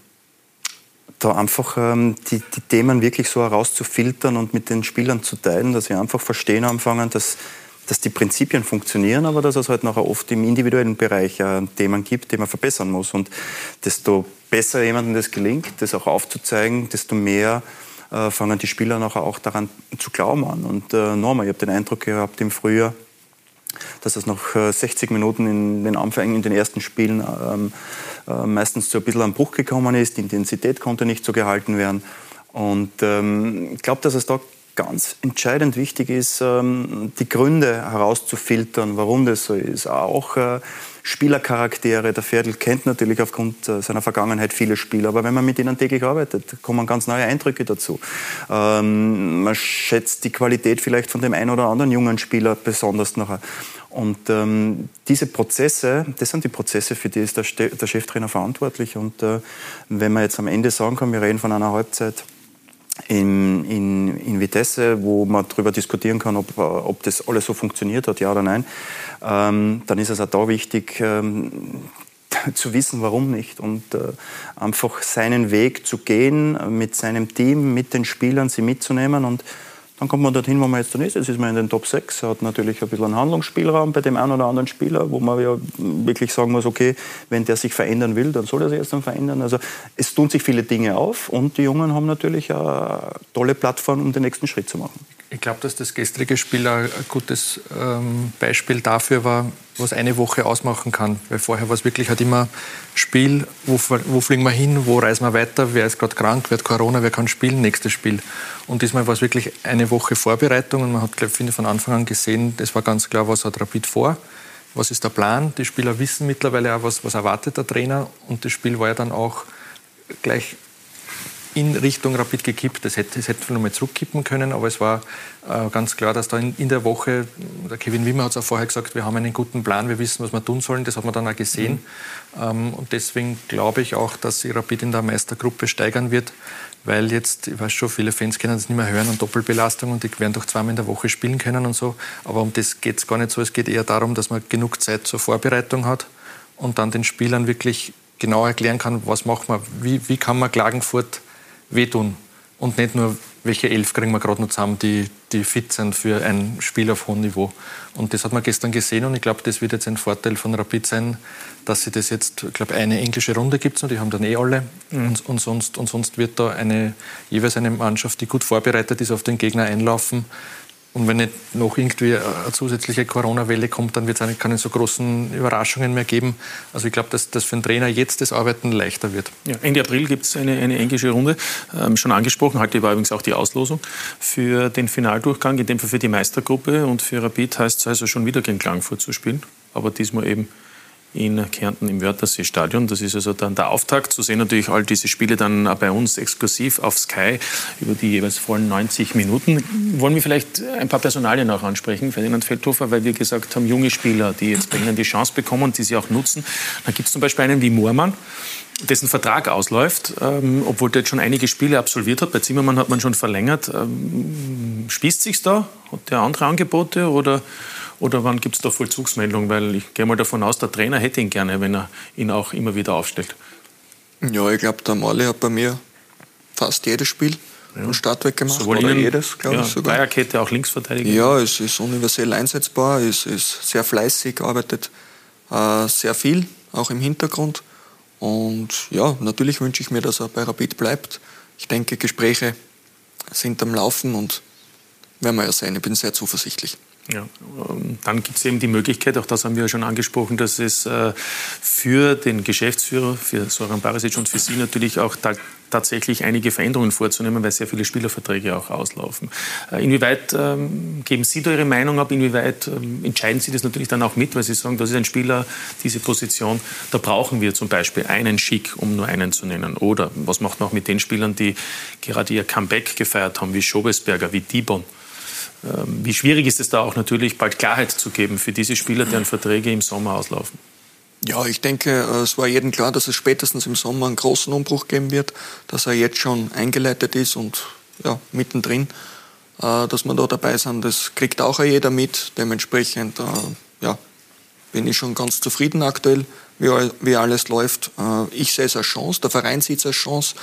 da einfach ähm, die, die Themen wirklich so herauszufiltern und mit den Spielern zu teilen, dass wir einfach verstehen anfangen, dass, dass die Prinzipien funktionieren, aber dass es halt nachher oft im individuellen Bereich äh, Themen gibt, die man verbessern muss. Und desto besser jemandem das gelingt, das auch aufzuzeigen, desto mehr äh, fangen die Spieler nachher auch daran zu glauben an. Und äh, nochmal, ich habe den Eindruck gehabt im Frühjahr, dass es nach äh, sechzig Minuten in den Anfängen, in den ersten Spielen ähm, äh, meistens zu ein bisschen am Bruch gekommen ist. Die Intensität konnte nicht so gehalten werden. Und ähm, ich glaube, dass es da ganz entscheidend wichtig ist, ähm, die Gründe herauszufiltern, warum das so ist. Auch äh, Spielercharaktere. Der Ferl kennt natürlich aufgrund äh, seiner Vergangenheit viele Spieler, aber wenn man mit ihnen täglich arbeitet, kommen ganz neue Eindrücke dazu. Ähm, man schätzt die Qualität vielleicht von dem einen oder anderen jungen Spieler besonders nachher. Und ähm, diese Prozesse, das sind die Prozesse, für die ist der, Ste- der Cheftrainer verantwortlich. Und äh, wenn man jetzt am Ende sagen kann, wir reden von einer Halbzeit in, in, in Vitesse, wo man darüber diskutieren kann, ob, ob das alles so funktioniert hat, ja oder nein, ähm, dann ist es auch da wichtig, ähm, zu wissen, warum nicht. Und äh, einfach seinen Weg zu gehen, mit seinem Team, mit den Spielern, sie mitzunehmen. Und dann kommt man dorthin, wo man jetzt dann ist. Jetzt ist man in den Top sechs, hat natürlich ein bisschen einen Handlungsspielraum bei dem einen oder anderen Spieler, wo man ja wirklich sagen muss, okay, wenn der sich verändern will, dann soll er sich jetzt dann verändern. Also es tun sich viele Dinge auf und die Jungen haben natürlich eine tolle Plattform, um den nächsten Schritt zu machen. Ich glaube, dass das gestrige Spiel ein gutes ähm, Beispiel dafür war, was eine Woche ausmachen kann. Weil vorher war es wirklich halt immer Spiel, wo, wo fliegen wir hin, wo reisen wir weiter, wer ist gerade krank, wer hat Corona, wer kann spielen, nächstes Spiel. Und diesmal war es wirklich eine Woche Vorbereitung und man hat, glaube ich, von Anfang an gesehen, das war ganz klar, was hat Rapid vor, was ist der Plan. Die Spieler wissen mittlerweile auch, was, was erwartet der Trainer und das Spiel war ja dann auch gleich in Richtung Rapid gekippt. Das hätte, das hätte noch mal zurückkippen können, aber es war äh, ganz klar, dass da in, in der Woche, der Kevin Wimmer hat es auch vorher gesagt, wir haben einen guten Plan, wir wissen, was wir tun sollen, das hat man dann auch gesehen. Mhm. Ähm, und deswegen glaube ich auch, dass sich Rapid in der Meistergruppe steigern wird, weil jetzt, ich weiß schon, viele Fans können das nicht mehr hören und Doppelbelastung und die werden doch zweimal in der Woche spielen können und so, aber um das geht es gar nicht so, es geht eher darum, dass man genug Zeit zur Vorbereitung hat und dann den Spielern wirklich genau erklären kann, was macht man, wie, wie kann man Klagenfurt wehtun und nicht nur, welche elf kriegen wir gerade noch zusammen, die, die fit sind für ein Spiel auf hohem Niveau. Und das hat man gestern gesehen und ich glaube, das wird jetzt ein Vorteil von Rapid sein, dass sie das jetzt, ich glaube, eine englische Runde gibt es noch, die haben dann eh alle. Mhm. Und, und, sonst, und sonst wird da eine, jeweils eine Mannschaft, die gut vorbereitet ist, auf den Gegner einlaufen. Und wenn nicht noch irgendwie eine zusätzliche Corona-Welle kommt, dann wird es keine so großen Überraschungen mehr geben. Also ich glaube, dass das für den Trainer jetzt das Arbeiten leichter wird. Ja, Ende April gibt es eine, eine englische Runde, ähm, schon angesprochen. Heute war übrigens auch die Auslosung für den Finaldurchgang, in dem Fall für die Meistergruppe. Und für Rapid heißt es also schon wieder gegen Klagenfurt zu spielen, aber diesmal eben in Kärnten im Wörthersee-Stadion. Das ist also dann der Auftakt. Zu sehen natürlich all diese Spiele dann bei uns exklusiv auf Sky über die jeweils vollen neunzig Minuten. Wollen wir vielleicht ein paar Personalien auch ansprechen, Ferdinand Feldhofer, weil wir gesagt haben, junge Spieler, die jetzt bei Ihnen die Chance bekommen und die sie auch nutzen. Dann gibt es zum Beispiel einen wie Moormann, dessen Vertrag ausläuft, ähm, obwohl der jetzt schon einige Spiele absolviert hat. Bei Zimmermann hat man schon verlängert. Ähm, spießt sich's da? Hat der andere Angebote oder Oder wann gibt es da Vollzugsmeldung? Weil ich gehe mal davon aus, der Trainer hätte ihn gerne, wenn er ihn auch immer wieder aufstellt. Ja, ich glaube, der Mali hat bei mir fast jedes Spiel ja. am Startweg gemacht. Sowohl Oder jedes, glaube ja, ich sogar. Dreierkette, auch Linksverteidiger. Ja, es ist universell einsetzbar, es ist sehr fleißig, arbeitet äh, sehr viel, auch im Hintergrund. Und ja, natürlich wünsche ich mir, dass er bei Rapid bleibt. Ich denke, Gespräche sind am Laufen und werden wir ja sehen. Ich bin sehr zuversichtlich. Ja, dann gibt es eben die Möglichkeit, auch das haben wir ja schon angesprochen, dass es äh, für den Geschäftsführer, für Zoran Barisic und für Sie natürlich auch ta- tatsächlich einige Veränderungen vorzunehmen, weil sehr viele Spielerverträge auch auslaufen. Äh, inwieweit ähm, geben Sie da Ihre Meinung ab? Inwieweit ähm, entscheiden Sie das natürlich dann auch mit, weil Sie sagen, das ist ein Spieler, diese Position, da brauchen wir zum Beispiel einen Schick, um nur einen zu nennen. Oder was macht man auch mit den Spielern, die gerade ihr Comeback gefeiert haben, wie Schobesberger, wie Dibon? Wie schwierig ist es da auch natürlich, bald Klarheit zu geben für diese Spieler, deren Verträge im Sommer auslaufen? Ja, ich denke, es war jedem klar, dass es spätestens im Sommer einen großen Umbruch geben wird, dass er jetzt schon eingeleitet ist und ja, mittendrin, dass wir da dabei sind. Das kriegt auch jeder mit. Dementsprechend ja, bin ich schon ganz zufrieden aktuell, wie, wie alles läuft. Ich sehe es als Chance, der Verein sieht es als Chance,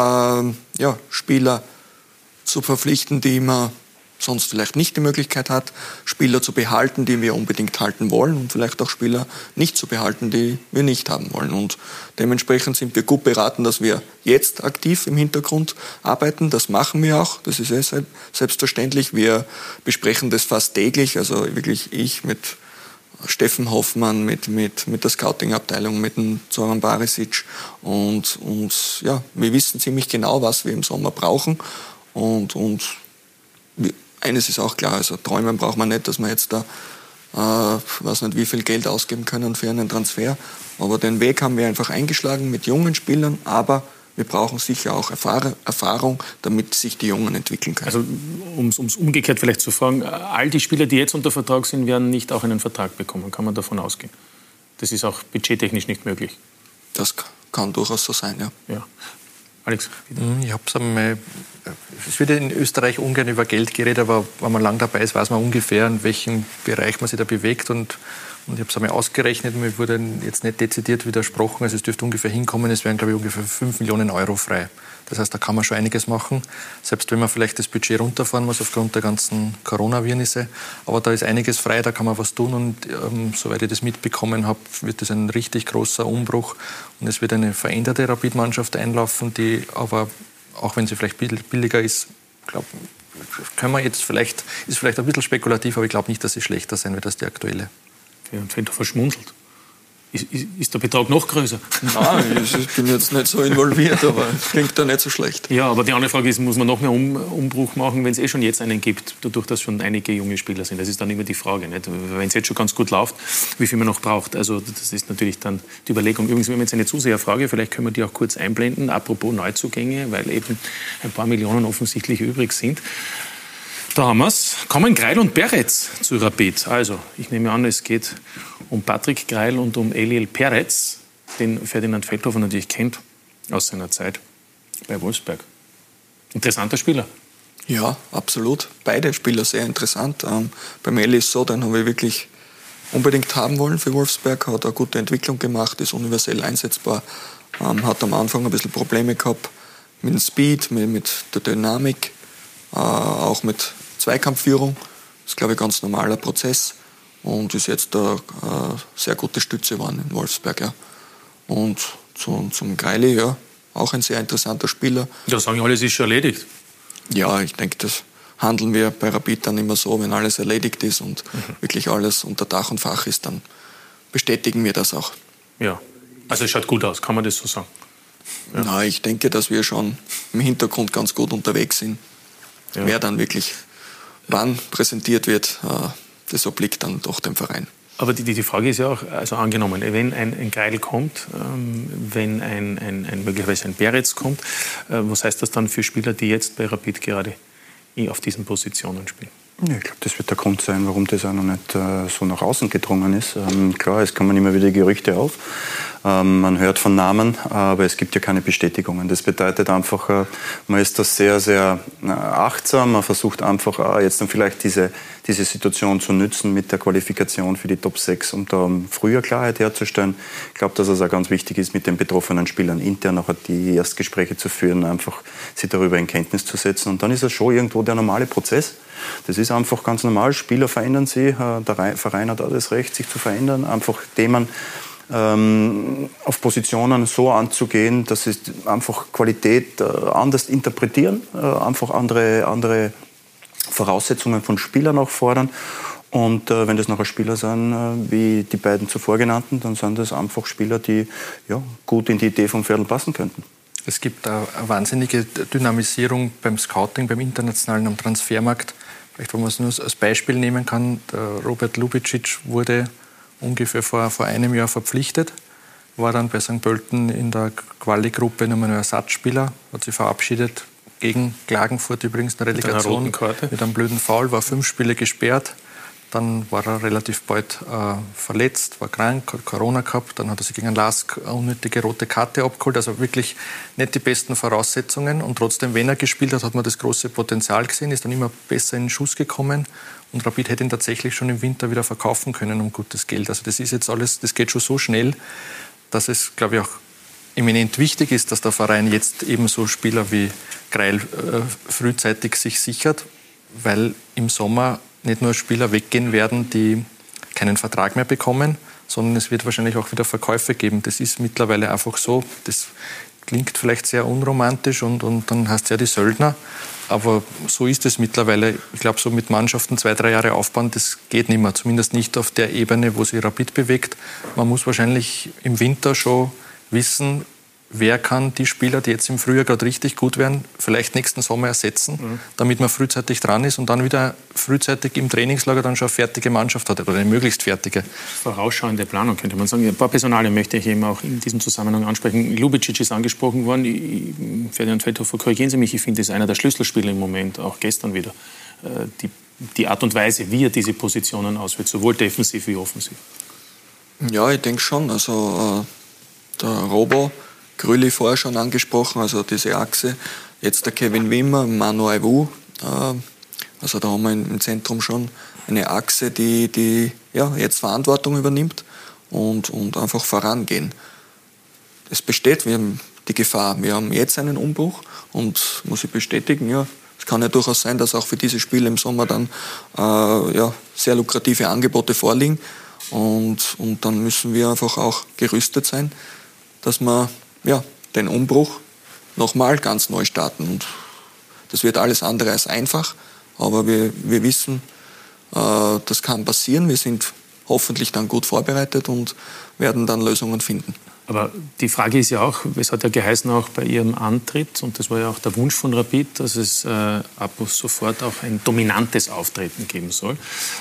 ja, Spieler zu verpflichten, die man sonst vielleicht nicht die Möglichkeit hat, Spieler zu behalten, die wir unbedingt halten wollen und vielleicht auch Spieler nicht zu behalten, die wir nicht haben wollen. Und dementsprechend sind wir gut beraten, dass wir jetzt aktiv im Hintergrund arbeiten. Das machen wir auch, das ist eh selbstverständlich. Wir besprechen das fast täglich, also wirklich ich mit Steffen Hoffmann, mit, mit, mit der Scouting-Abteilung, mit dem Zoran Barisic. Und, und ja, wir wissen ziemlich genau, was wir im Sommer brauchen. Und, und eines ist auch klar, also träumen braucht man nicht, dass wir jetzt da, äh, weiß nicht, wie viel Geld ausgeben können für einen Transfer. Aber den Weg haben wir einfach eingeschlagen mit jungen Spielern, aber wir brauchen sicher auch Erfahr- Erfahrung, damit sich die Jungen entwickeln können. Also um es umgekehrt vielleicht zu fragen, all die Spieler, die jetzt unter Vertrag sind, werden nicht auch einen Vertrag bekommen. Kann man davon ausgehen? Das ist auch budgettechnisch nicht möglich. Das kann durchaus so sein, ja. ja. Alex? Ich hab's einmal, es wird in Österreich ungern über Geld geredet, aber wenn man lang dabei ist, weiß man ungefähr, in welchem Bereich man sich da bewegt. Und, und ich habe es einmal ausgerechnet, mir wurde jetzt nicht dezidiert widersprochen, also es dürfte ungefähr hinkommen, es wären, glaube ich, ungefähr fünf Millionen Euro frei. Das heißt, da kann man schon einiges machen, selbst wenn man vielleicht das Budget runterfahren muss aufgrund der ganzen Coronavirnisse. Aber da ist einiges frei, da kann man was tun und ähm, soweit ich das mitbekommen habe, wird das ein richtig großer Umbruch und es wird eine veränderte Rapid-Mannschaft einlaufen, die aber, auch wenn sie vielleicht billiger ist, glaube können wir jetzt vielleicht, ist vielleicht ein bisschen spekulativ, aber ich glaube nicht, dass sie schlechter sein wird als die aktuelle. Ja, und wenn du verschmunzelt. Ist, ist, ist der Betrag noch größer? Nein, ich bin jetzt nicht so involviert, aber es klingt da nicht so schlecht. Ja, aber die andere Frage ist, muss man noch mehr um, Umbruch machen, wenn es eh schon jetzt einen gibt, dadurch, dass schon einige junge Spieler sind? Das ist dann immer die Frage, nicht? Wenn es jetzt schon ganz gut läuft, wie viel man noch braucht. Also das ist natürlich dann die Überlegung. Übrigens, wir haben jetzt eine Zuseherfrage, vielleicht können wir die auch kurz einblenden, apropos Neuzugänge, weil eben ein paar Millionen offensichtlich übrig sind. Da haben wir es. Kommen Greil und Peretz zu Rapid. Also, ich nehme an, es geht um Patrick Greil und um Eliel Peretz, den Ferdinand Feldhofer natürlich kennt aus seiner Zeit bei Wolfsberg. Interessanter Spieler. Ja, absolut. Beide Spieler sehr interessant. Ähm, beim Eli ist so, den haben wir wirklich unbedingt haben wollen für Wolfsberg. Hat eine gute Entwicklung gemacht, ist universell einsetzbar. Ähm, hat am Anfang ein bisschen Probleme gehabt mit dem Speed, mit, mit der Dynamik, äh, auch mit Zweikampfführung. Das ist, glaube ich, ein ganz normaler Prozess und ist jetzt eine äh, sehr gute Stütze geworden in Wolfsberg. Ja. Und zu, zum Greili, ja, auch ein sehr interessanter Spieler. Da sagen alle, es ist schon erledigt. Ja, ich denke, das handeln wir bei Rapid dann immer so, wenn alles erledigt ist und mhm. wirklich alles unter Dach und Fach ist, dann bestätigen wir das auch. Ja, also es schaut gut aus, kann man das so sagen? Ja. Na, ich denke, dass wir schon im Hintergrund ganz gut unterwegs sind. Ja. Wer dann wirklich wann präsentiert wird, das obliegt dann doch dem Verein. Aber die, die Frage ist ja auch, also angenommen, wenn ein, ein Greil kommt, ähm, wenn ein, ein, ein, möglicherweise ein Peretz kommt, äh, was heißt das dann für Spieler, die jetzt bei Rapid gerade auf diesen Positionen spielen? Ja, ich glaube, das wird der Grund sein, warum das auch noch nicht äh, so nach außen gedrungen ist. Ähm, klar, es kommen immer wieder Gerüchte auf. Ähm, man hört von Namen, aber es gibt ja keine Bestätigungen. Das bedeutet einfach, äh, man ist da sehr, sehr äh, achtsam. Man versucht einfach äh, jetzt dann vielleicht diese, diese Situation zu nutzen mit der Qualifikation für die Top sechs, um da früher Klarheit herzustellen. Ich glaube, dass es auch ganz wichtig ist, mit den betroffenen Spielern intern auch die Erstgespräche zu führen, einfach sie darüber in Kenntnis zu setzen. Und dann ist es schon irgendwo der normale Prozess. Das ist einfach ganz normal. Spieler verändern sich. Der Verein hat auch das Recht, sich zu verändern. Einfach Themen ähm, auf Positionen so anzugehen, dass sie einfach Qualität äh, anders interpretieren, äh, einfach andere, andere Voraussetzungen von Spielern auch fordern. Und äh, wenn das nachher Spieler sind, äh, wie die beiden zuvor genannten, dann sind das einfach Spieler, die ja, gut in die Idee vom Viertel passen könnten. Es gibt eine wahnsinnige Dynamisierung beim Scouting, beim internationalen am Transfermarkt. Vielleicht, wo man es nur als Beispiel nehmen kann, der Robert Lubicic wurde ungefähr vor, vor einem Jahr verpflichtet, war dann bei Sankt Pölten in der Quali-Gruppe nur ein Ersatzspieler, hat sich verabschiedet, gegen Klagenfurt übrigens eine Relegation mit, einer mit einem blöden Foul, war fünf Spiele gesperrt. Dann war er relativ bald äh, verletzt, war krank, hat Corona gehabt. Dann hat er sich gegen einen Lask eine unnötige rote Karte abgeholt. Also wirklich nicht die besten Voraussetzungen. Und trotzdem, wenn er gespielt hat, hat man das große Potenzial gesehen, ist dann immer besser in den Schuss gekommen. Und Rapid hätte ihn tatsächlich schon im Winter wieder verkaufen können um gutes Geld. Also das ist jetzt alles, das geht schon so schnell, dass es, glaube ich, auch eminent wichtig ist, dass der Verein jetzt eben so Spieler wie Greil äh, frühzeitig sich sichert, weil im Sommer nicht nur Spieler weggehen werden, die keinen Vertrag mehr bekommen, sondern es wird wahrscheinlich auch wieder Verkäufe geben. Das ist mittlerweile einfach so. Das klingt vielleicht sehr unromantisch und, und dann heißt es ja die Söldner. Aber so ist es mittlerweile. Ich glaube, so mit Mannschaften zwei, drei Jahre aufbauen, das geht nicht mehr. Zumindest nicht auf der Ebene, wo sich Rapid bewegt. Man muss wahrscheinlich im Winter schon wissen, wer kann die Spieler, die jetzt im Frühjahr gerade richtig gut werden, vielleicht nächsten Sommer ersetzen, mhm. damit man frühzeitig dran ist und dann wieder frühzeitig im Trainingslager dann schon eine fertige Mannschaft hat oder eine möglichst fertige. Vorausschauende Planung, könnte man sagen. Ein paar Personale möchte ich eben auch in diesem Zusammenhang ansprechen. Lubicic ist angesprochen worden. Ferdinand Feldhofer, korrigieren Sie mich, ich finde, das ist einer der Schlüsselspieler im Moment, auch gestern wieder. Die, die Art und Weise, wie er diese Positionen auswählt, sowohl defensiv wie offensiv. Ja, ich denke schon. Also äh, der Robo, Grüli vorher schon angesprochen, also diese Achse. Jetzt der Kevin Wimmer, Manu Aiwu. Äh, also da haben wir im Zentrum schon eine Achse, die, die ja, jetzt Verantwortung übernimmt und, und einfach vorangehen. Es besteht, wir haben die Gefahr, wir haben jetzt einen Umbruch und muss ich bestätigen, ja, es kann ja durchaus sein, dass auch für diese Spiele im Sommer dann äh, ja, sehr lukrative Angebote vorliegen und, und dann müssen wir einfach auch gerüstet sein, dass wir ja, den Umbruch nochmal ganz neu starten. Und das wird alles andere als einfach, aber wir, wir wissen, äh, das kann passieren. Wir sind hoffentlich dann gut vorbereitet und werden dann Lösungen finden. Aber die Frage ist ja auch, es hat ja geheißen auch bei Ihrem Antritt, und das war ja auch der Wunsch von Rapid, dass es äh, ab sofort auch ein dominantes Auftreten geben soll.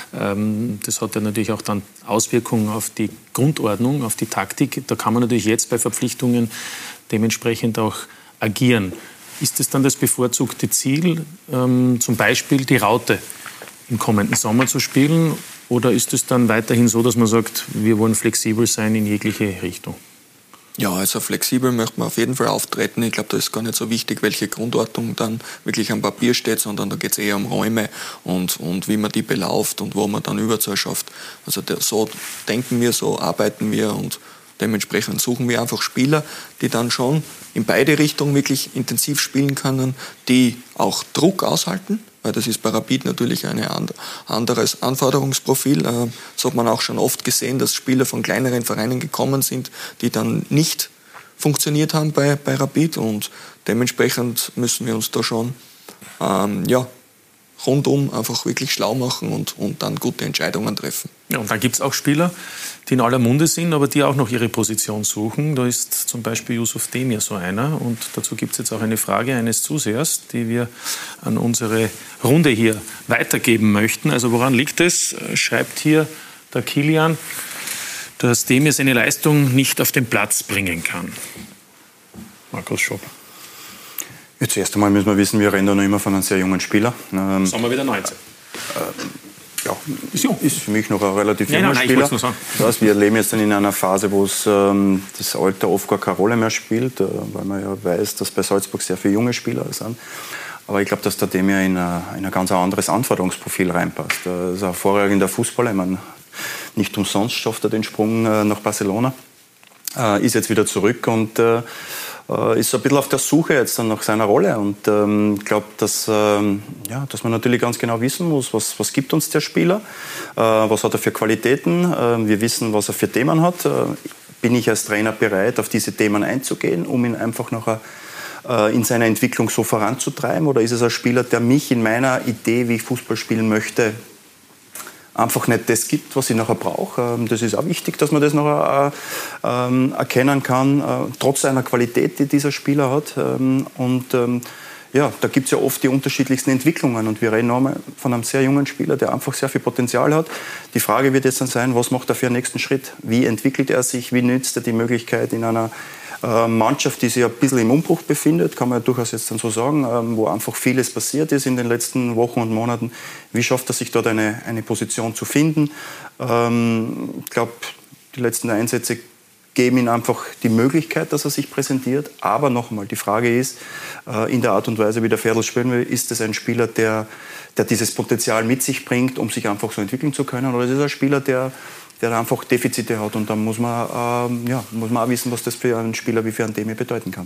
Ähm, das hat ja natürlich auch dann Auswirkungen auf die Grundordnung, auf die Taktik. Da kann man natürlich jetzt bei Verpflichtungen dementsprechend auch agieren. Ist es dann das bevorzugte Ziel, ähm, zum Beispiel die Raute im kommenden Sommer zu spielen? Oder ist es dann weiterhin so, dass man sagt, wir wollen flexibel sein in jegliche Richtung? Ja, also flexibel möchte man auf jeden Fall auftreten. Ich glaube, da ist gar nicht so wichtig, welche Grundordnung dann wirklich am Papier steht, sondern da geht es eher um Räume und, und wie man die belauft und wo man dann Überzahl schafft. Also der, so denken wir, so arbeiten wir und dementsprechend suchen wir einfach Spieler, die dann schon in beide Richtungen wirklich intensiv spielen können, die auch Druck aushalten, weil das ist bei Rapid natürlich ein anderes Anforderungsprofil. Das hat man auch schon oft gesehen, dass Spieler von kleineren Vereinen gekommen sind, die dann nicht funktioniert haben bei, bei Rapid und dementsprechend müssen wir uns da schon ähm, ja, rundum einfach wirklich schlau machen und, und dann gute Entscheidungen treffen. Ja, und dann gibt es auch Spieler, die in aller Munde sind, aber die auch noch ihre Position suchen. Da ist zum Beispiel Yusuf Demir so einer. Und dazu gibt es jetzt auch eine Frage eines Zusehers, die wir an unsere Runde hier weitergeben möchten. Also woran liegt es? Schreibt hier der Kilian, dass Demir seine Leistung nicht auf den Platz bringen kann. Markus Schopp. Ja, zuerst einmal müssen wir wissen, wir reden da noch immer von einem sehr jungen Spieler. Ähm, Sagen wir wieder neunzehn. Äh, ja, ist, ist für mich noch ein relativ nein, junger nein, Spieler. Nein, sagen. Das heißt, wir leben jetzt dann in einer Phase, wo es, ähm, das Alter oft gar keine Rolle mehr spielt, äh, weil man ja weiß, dass bei Salzburg sehr viele junge Spieler sind. Aber ich glaube, dass der Demir in ein, in ein ganz anderes Anforderungsprofil reinpasst. Er ist ein hervorragender Fußballer. Ich meine, nicht umsonst schafft er den Sprung äh, nach Barcelona. Äh, ist jetzt wieder zurück und äh, ist so ein bisschen auf der Suche jetzt dann nach seiner Rolle und ähm, ich glaube, dass, ähm, ja, dass man natürlich ganz genau wissen muss, was, was gibt uns der Spieler, äh, was hat er für Qualitäten, äh, wir wissen, was er für Themen hat. Äh, bin ich als Trainer bereit, auf diese Themen einzugehen, um ihn einfach nachher äh, in seiner Entwicklung so voranzutreiben? Oder ist es ein Spieler, der mich in meiner Idee, wie ich Fußball spielen möchte, einfach nicht das gibt, was ich nachher brauche? Das ist auch wichtig, dass man das nachher äh, erkennen kann, äh, trotz einer Qualität, die dieser Spieler hat. Ähm, und ähm, ja, da gibt es ja oft die unterschiedlichsten Entwicklungen. Und wir reden nochmal von einem sehr jungen Spieler, der einfach sehr viel Potenzial hat. Die Frage wird jetzt dann sein, was macht er für einen nächsten Schritt? Wie entwickelt er sich? Wie nützt er die Möglichkeit in einer äh, Mannschaft, die sich ein bisschen im Umbruch befindet, kann man ja durchaus jetzt dann so sagen, ähm, wo einfach vieles passiert ist in den letzten Wochen und Monaten. Wie schafft er sich dort eine, eine Position zu finden? Ähm, ich glaube, die letzten Einsätze geben ihm einfach die Möglichkeit, dass er sich präsentiert. Aber nochmal, die Frage ist, äh, in der Art und Weise, wie der Ferl spielen will, ist es ein Spieler, der, der dieses Potenzial mit sich bringt, um sich einfach so entwickeln zu können? Oder ist es ein Spieler, der, der einfach Defizite hat? Und dann muss man, äh, ja, muss man auch wissen, was das für einen Spieler wie für einen Demi bedeuten kann.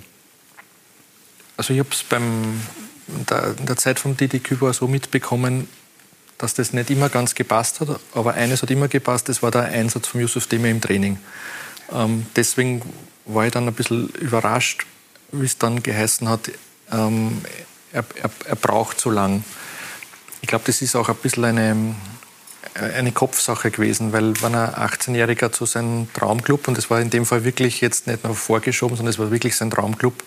Also ich habe es beim der, in der Zeit von Didi Kübauer so mitbekommen, dass das nicht immer ganz gepasst hat. Aber eines hat immer gepasst, das war der Einsatz von Yusuf Demir im Training. Ähm, deswegen war ich dann ein bisschen überrascht, wie es dann geheißen hat, ähm, er, er, er braucht so lang. Ich glaube, das ist auch ein bisschen eine, eine Kopfsache gewesen, weil wenn ein achtzehnjähriger zu seinem Traumclub, und das war in dem Fall wirklich jetzt nicht nur vorgeschoben, sondern es war wirklich sein Traumclub,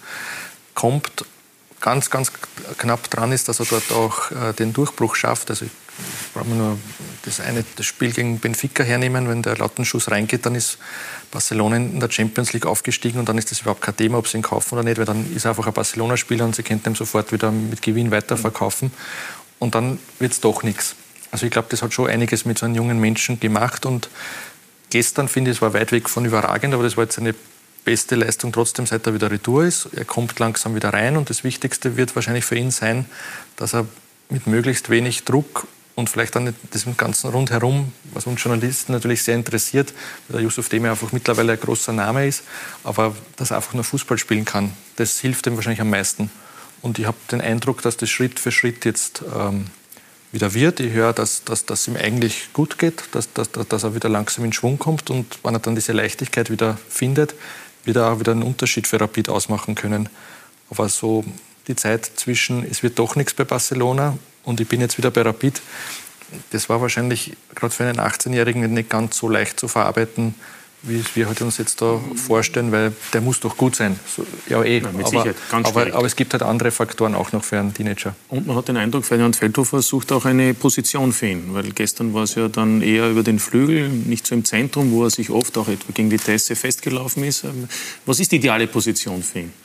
kommt, ganz, ganz knapp dran ist, dass er dort auch äh, den Durchbruch schafft. Also ich brauche nur das eine das Spiel gegen Benfica hernehmen. Wenn der Lattenschuss reingeht, dann ist Barcelona in der Champions League aufgestiegen und dann ist das überhaupt kein Thema, ob sie ihn kaufen oder nicht, weil dann ist er einfach ein Barcelona-Spieler und sie könnten ihn sofort wieder mit Gewinn weiterverkaufen. Und dann wird es doch nichts. Also ich glaube, das hat schon einiges mit so einem jungen Menschen gemacht und gestern, finde ich, es war weit weg von überragend, aber das war jetzt eine beste Leistung trotzdem, seit er wieder retour ist. Er kommt langsam wieder rein und das Wichtigste wird wahrscheinlich für ihn sein, dass er mit möglichst wenig Druck und vielleicht dann diesem ganzen Rundherum, was uns Journalisten natürlich sehr interessiert, weil der Yusuf Demir einfach mittlerweile ein großer Name ist, aber dass er einfach nur Fußball spielen kann, das hilft ihm wahrscheinlich am meisten. Und ich habe den Eindruck, dass das Schritt für Schritt jetzt ähm, wieder wird. Ich höre, dass, dass, dass es ihm eigentlich gut geht, dass, dass, dass er wieder langsam in Schwung kommt und wenn er dann diese Leichtigkeit wieder findet, wird er auch wieder einen Unterschied für Rapid ausmachen können. Aber so die Zeit zwischen, es wird doch nichts bei Barcelona und ich bin jetzt wieder bei Rapid, das war wahrscheinlich gerade für einen achtzehnjährigen nicht ganz so leicht zu verarbeiten, wie wir halt uns jetzt da vorstellen, weil der muss doch gut sein. So, ja, eh. Ja, mit aber, Sicherheit. Ganz aber, aber es gibt halt andere Faktoren auch noch für einen Teenager. Und man hat den Eindruck, Ferdinand Feldhofer sucht auch eine Position für ihn, weil gestern war es ja dann eher über den Flügel, nicht so im Zentrum, wo er sich oft auch etwa gegen Vitesse festgelaufen ist. Was ist die ideale Position für ihn?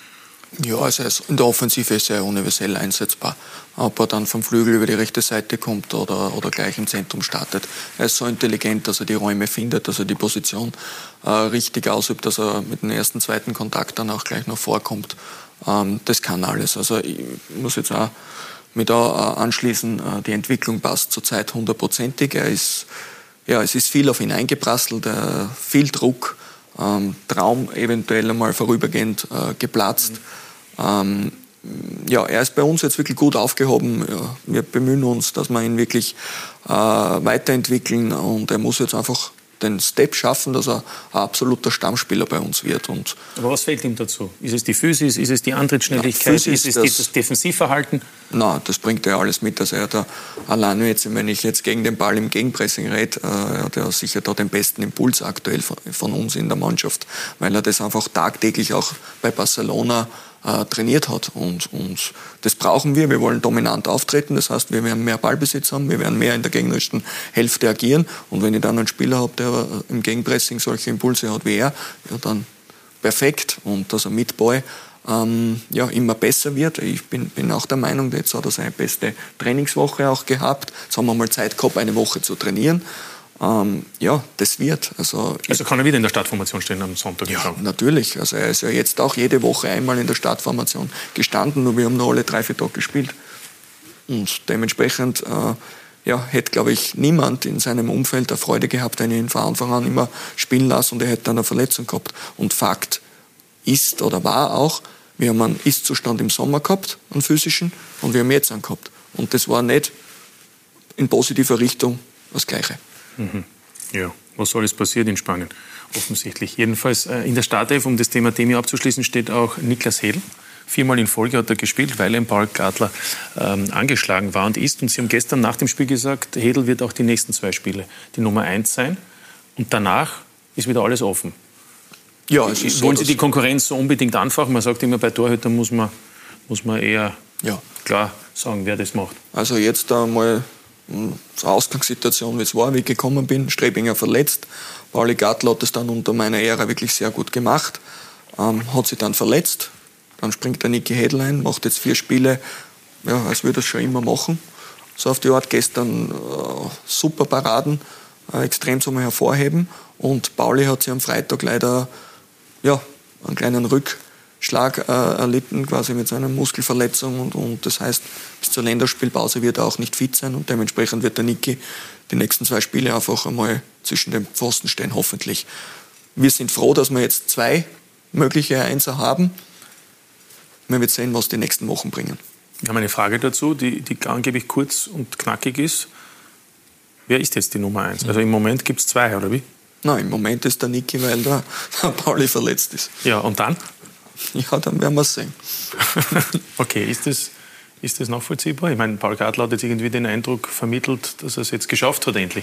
Ja, also in der Offensive ist er universell einsetzbar. Ob er dann vom Flügel über die rechte Seite kommt oder, oder gleich im Zentrum startet. Er ist so intelligent, dass er die Räume findet, dass er die Position äh, richtig ausübt, dass er mit dem ersten, zweiten Kontakt dann auch gleich noch vorkommt. Ähm, das kann alles. Also ich muss jetzt auch mit da äh, anschließen, äh, die Entwicklung passt zurzeit hundertprozentig. Er ist, ja, es ist viel auf ihn eingeprasselt, äh, viel Druck. Ähm, Traum eventuell einmal vorübergehend äh, geplatzt. Mhm. Ähm, ja, er ist bei uns jetzt wirklich gut aufgehoben. Ja, wir bemühen uns, dass wir ihn wirklich äh, weiterentwickeln und er muss jetzt einfach den Step schaffen, dass er ein absoluter Stammspieler bei uns wird. Und aber was fehlt ihm dazu? Ist es die Physis, ist es die Antrittsschnelligkeit, ja, ist es das, das Defensivverhalten? Nein, das bringt er alles mit. Also er hat da, allein jetzt, wenn ich jetzt gegen den Ball im Gegenpressing rede, äh, er hat er sicher da den besten Impuls aktuell von, von uns in der Mannschaft, weil er das einfach tagtäglich auch bei Barcelona äh, trainiert hat. Und, und das brauchen wir. Wir wollen dominant auftreten. Das heißt, wir werden mehr Ballbesitz haben, wir werden mehr in der gegnerischen Hälfte agieren. Und wenn ich dann einen Spieler habe, der im Gegenpressing solche Impulse hat wie er, ja, dann perfekt. Und dass er mit Ball ähm, ja, immer besser wird. Ich bin, bin auch der Meinung, jetzt hat er seine beste Trainingswoche auch gehabt. Jetzt haben wir mal Zeit gehabt, eine Woche zu trainieren. Ähm, ja, das wird. Also, also kann er wieder in der Startformation stehen am Sonntag? Ja, natürlich. Also er ist ja jetzt auch jede Woche einmal in der Startformation gestanden, nur wir haben noch alle drei, vier Tage gespielt. Und dementsprechend äh, ja, hätte, glaube ich, niemand in seinem Umfeld eine Freude gehabt, wenn ich ihn von Anfang an immer spielen lasse und er hätte dann eine Verletzung gehabt. Und Fakt ist oder war auch, wir haben einen Ist-Zustand im Sommer gehabt, einen physischen, und wir haben jetzt einen gehabt. Und das war nicht in positiver Richtung das Gleiche. Mhm. Ja. was alles passiert in Spanien, offensichtlich. Jedenfalls äh, in der Startelf, um das Thema Demi abzuschließen, steht auch Niklas Hedl. Viermal in Folge hat er gespielt, weil ein Paul Gadler ähm, angeschlagen war und ist. Und Sie haben gestern nach dem Spiel gesagt, Hedl wird auch die nächsten zwei Spiele die Nummer eins sein. Und danach ist wieder alles offen. Ja, es ist Wollen so, Sie die Konkurrenz so unbedingt anfachen? Man sagt immer, bei Torhütern muss man, muss man eher ja. klar sagen, wer das macht. Also jetzt einmal zur Ausgangssituation, wie es war, wie ich gekommen bin. Strebinger verletzt. Pauli Gadler hat das dann unter meiner Ära wirklich sehr gut gemacht. Ähm, hat sich dann verletzt. Dann springt der Niki Hedl ein, macht jetzt vier Spiele, ja, als würde er es schon immer machen. So auf die Art. Gestern äh, super Paraden, äh, extrem zum hervorheben. Und Pauli hat sich am Freitag leider ja, einen kleinen Rückschlag äh, erlitten, quasi mit seiner Muskelverletzung. Und, und das heißt, bis zur Länderspielpause wird er auch nicht fit sein. Und dementsprechend wird der Niki die nächsten zwei Spiele einfach einmal zwischen den Pfosten stehen, hoffentlich. Wir sind froh, dass wir jetzt zwei mögliche Einser haben. Man wird sehen, was die nächsten Wochen bringen. Wir haben eine Frage dazu, die, die angeblich kurz und knackig ist. Wer ist jetzt die Nummer eins? Also im Moment gibt es zwei, oder wie? Nein, im Moment ist der Niki, weil der, der Pauli verletzt ist. Ja, und dann? Ja, dann werden wir es sehen. Okay, ist das, ist das nachvollziehbar? Ich meine, Paul Gadler hat jetzt irgendwie den Eindruck vermittelt, dass er es jetzt geschafft hat, endlich.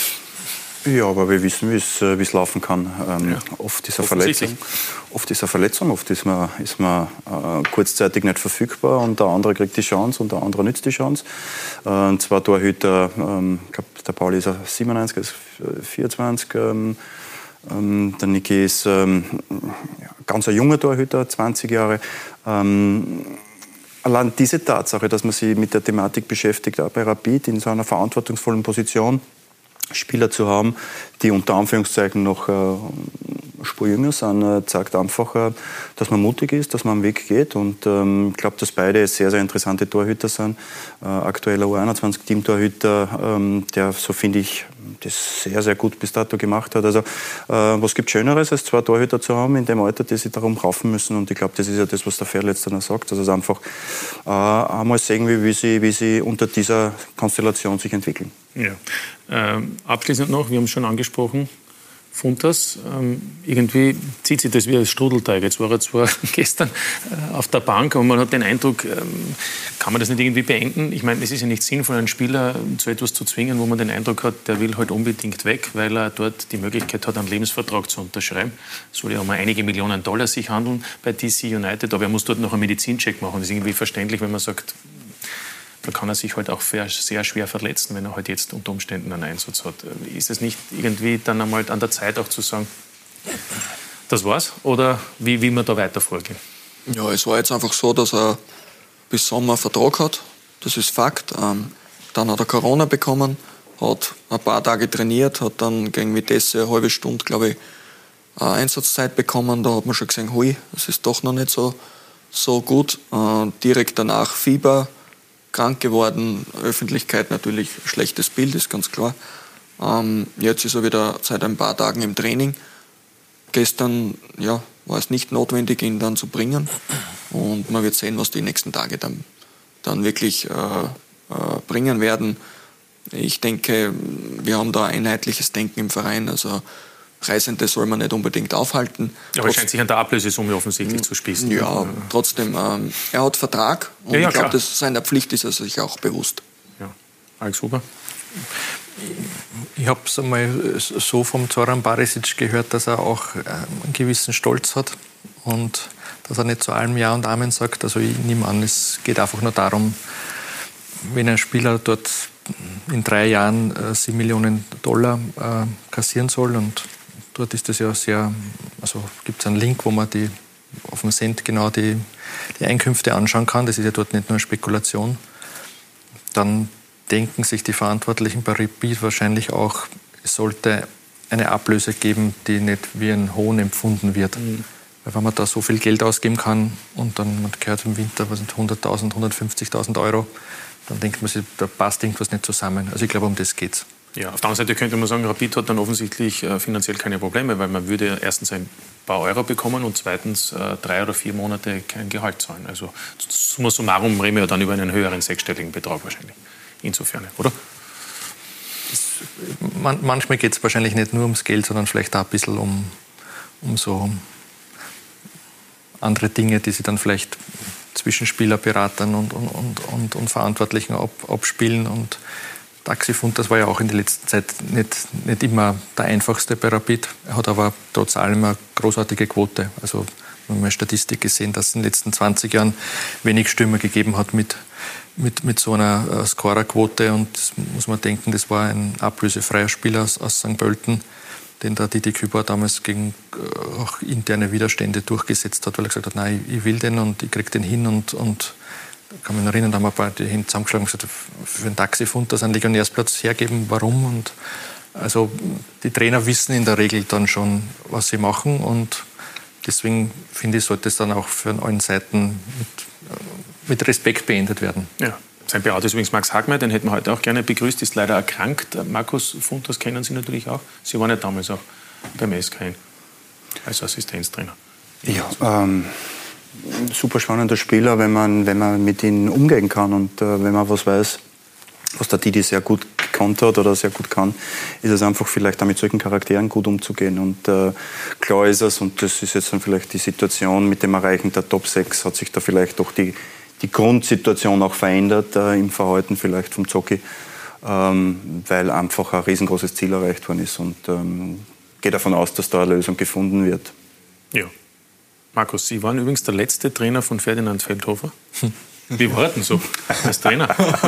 Ja, aber wir wissen, wie es, wie es laufen kann. Ähm, ja. Oft ist eine Verletzung, oft ist eine Verletzung, oft ist man, ist man äh, kurzzeitig nicht verfügbar und der andere kriegt die Chance und der andere nützt die Chance. Äh, zwei Torhüter, ähm, ich glaube, der Pauli ist siebenundneunzig, ist vierundzwanzig. Ähm, ähm, der Niki ist ähm, ganz ein junger Torhüter, zwanzig Jahre. Ähm, allein diese Tatsache, dass man sich mit der Thematik beschäftigt, auch bei Rapid in so einer verantwortungsvollen Position, Spieler zu haben, die unter Anführungszeichen noch äh, Spur jünger sind, äh, zeigt einfach, äh, dass man mutig ist, dass man am Weg geht. Und ähm, ich glaube, dass beide sehr, sehr interessante Torhüter sind. Äh, aktueller U einundzwanzig-Teamtorhüter, ähm, der, so finde ich, das sehr, sehr gut bis dato gemacht hat. Also äh, was gibt Schöneres, als zwei Torhüter zu haben in dem Alter, die sich darum raufen müssen. Und ich glaube, das ist ja das, was der Verletzter noch sagt. Also einfach äh, einmal sehen, wie, wie, sie, wie sie unter dieser Konstellation sich entwickeln. Ja. Ähm, abschließend noch, wir haben es schon angesprochen, Funtas, ähm, irgendwie zieht sich das wie ein Strudelteig. Jetzt war er zwar gestern äh, auf der Bank, aber man hat den Eindruck, ähm, kann man das nicht irgendwie beenden? Ich meine, es ist ja nicht sinnvoll, einen Spieler zu etwas zu zwingen, wo man den Eindruck hat, der will halt unbedingt weg, weil er dort die Möglichkeit hat, einen Lebensvertrag zu unterschreiben. Es soll ja um einige Millionen Dollar sich handeln bei D C United, aber er muss dort noch einen Medizincheck machen. Das ist irgendwie verständlich, wenn man sagt, da kann er sich halt auch sehr schwer verletzen, wenn er halt jetzt unter Umständen einen Einsatz hat. Ist es nicht irgendwie dann einmal an der Zeit auch zu sagen, das war's? Oder wie will man da weiter vorgehen? Ja, es war jetzt einfach so, dass er bis Sommer einen Vertrag hat. Das ist Fakt. Ähm, dann hat er Corona bekommen, hat ein paar Tage trainiert, hat dann gegen Vitesse eine halbe Stunde, glaube ich, Einsatzzeit bekommen. Da hat man schon gesehen, hui, das ist doch noch nicht so, so gut. Äh, direkt danach Fieber, krank geworden, Öffentlichkeit natürlich ein schlechtes Bild, ist ganz klar. Ähm, jetzt ist er wieder seit ein paar Tagen im Training. Gestern ja, war es nicht notwendig, ihn dann zu bringen. Und man wird sehen, was die nächsten Tage dann, dann wirklich äh, äh, bringen werden. Ich denke, wir haben da ein einheitliches Denken im Verein. Also Reisende soll man nicht unbedingt aufhalten. Aber es scheint sich an der Ablösesumme offensichtlich zu spießen. Ja, trotzdem, ähm, er hat Vertrag und ja, ja, ich glaube, seiner Pflicht ist er sich auch bewusst. Ja. Alex Huber? Ich habe es einmal so vom Zoran Barisic gehört, dass er auch einen gewissen Stolz hat und dass er nicht zu allem Ja und Amen sagt. Also ich nehme an, es geht einfach nur darum, wenn ein Spieler dort in drei Jahren äh, sieben Millionen Dollar äh, kassieren soll und dort ist es ja sehr, also gibt es einen Link, wo man die, auf dem Cent genau die, die Einkünfte anschauen kann. Das ist ja dort nicht nur eine Spekulation. Dann denken sich die Verantwortlichen bei Rapid wahrscheinlich auch, es sollte eine Ablöse geben, die nicht wie ein Hohn empfunden wird. Mhm. Weil wenn man da so viel Geld ausgeben kann und dann, man gehört im Winter, was sind hunderttausend, hundertfünfzigtausend Euro, dann denkt man sich, da passt irgendwas nicht zusammen. Also ich glaube, um das geht's. Ja, auf der anderen Seite könnte man sagen, Rapid hat dann offensichtlich äh, finanziell keine Probleme, weil man würde erstens ein paar Euro bekommen und zweitens äh, drei oder vier Monate kein Gehalt zahlen. Also summa summarum reden wir ja dann über einen höheren sechsstelligen Betrag wahrscheinlich. Insofern, oder? Das man, manchmal geht es wahrscheinlich nicht nur ums Geld, sondern vielleicht auch ein bisschen um, um so andere Dinge, die sie dann vielleicht zwischen Spielerberatern und, und, und, und, und Verantwortlichen ab, abspielen. Und Taxifund, das war ja auch in der letzten Zeit nicht, nicht immer der einfachste bei Rapid. Er hat aber trotz allem eine großartige Quote. Also wir haben eine Statistik gesehen, dass es in den letzten zwanzig Jahren wenig Stürmer gegeben hat mit, mit, mit so einer äh, Scorerquote. Und das muss man denken, das war ein ablösefreier Spieler aus, aus Sankt Pölten, den der Didi Kübauer damals gegen äh, auch interne Widerstände durchgesetzt hat, weil er gesagt hat, nein, ich, ich will den und ich kriege den hin. Und, und da kann mich erinnern, da haben wir ein paar die Hände zusammengeschlagen und gesagt, für einen Taxifund, dass einen Legionärsplatz hergeben, warum? Und also die Trainer wissen in der Regel dann schon, was sie machen, und deswegen finde ich, sollte es dann auch von allen Seiten mit, mit Respekt beendet werden. Ja. Sein Berater ist übrigens Max Hagmeier, den hätten wir heute auch gerne begrüßt, ist leider erkrankt. Markus Funthorst kennen Sie natürlich auch. Sie waren ja damals auch beim S K als Assistenztrainer. Ja, ähm, super spannender Spieler, wenn man, wenn man mit ihm umgehen kann und äh, wenn man was weiß, was der Didi sehr gut gekonnt hat oder sehr gut kann, ist es einfach vielleicht auch mit solchen Charakteren gut umzugehen. Und äh, klar ist es, und das ist jetzt dann vielleicht die Situation mit dem Erreichen der Top sechs, hat sich da vielleicht doch die die Grundsituation auch verändert äh, im Verhalten vielleicht vom Zocki, ähm, weil einfach ein riesengroßes Ziel erreicht worden ist, und ähm, gehe davon aus, dass da eine Lösung gefunden wird. Ja. Markus, Sie waren übrigens der letzte Trainer von Ferdinand Feldhofer. Wie war denn so als Trainer?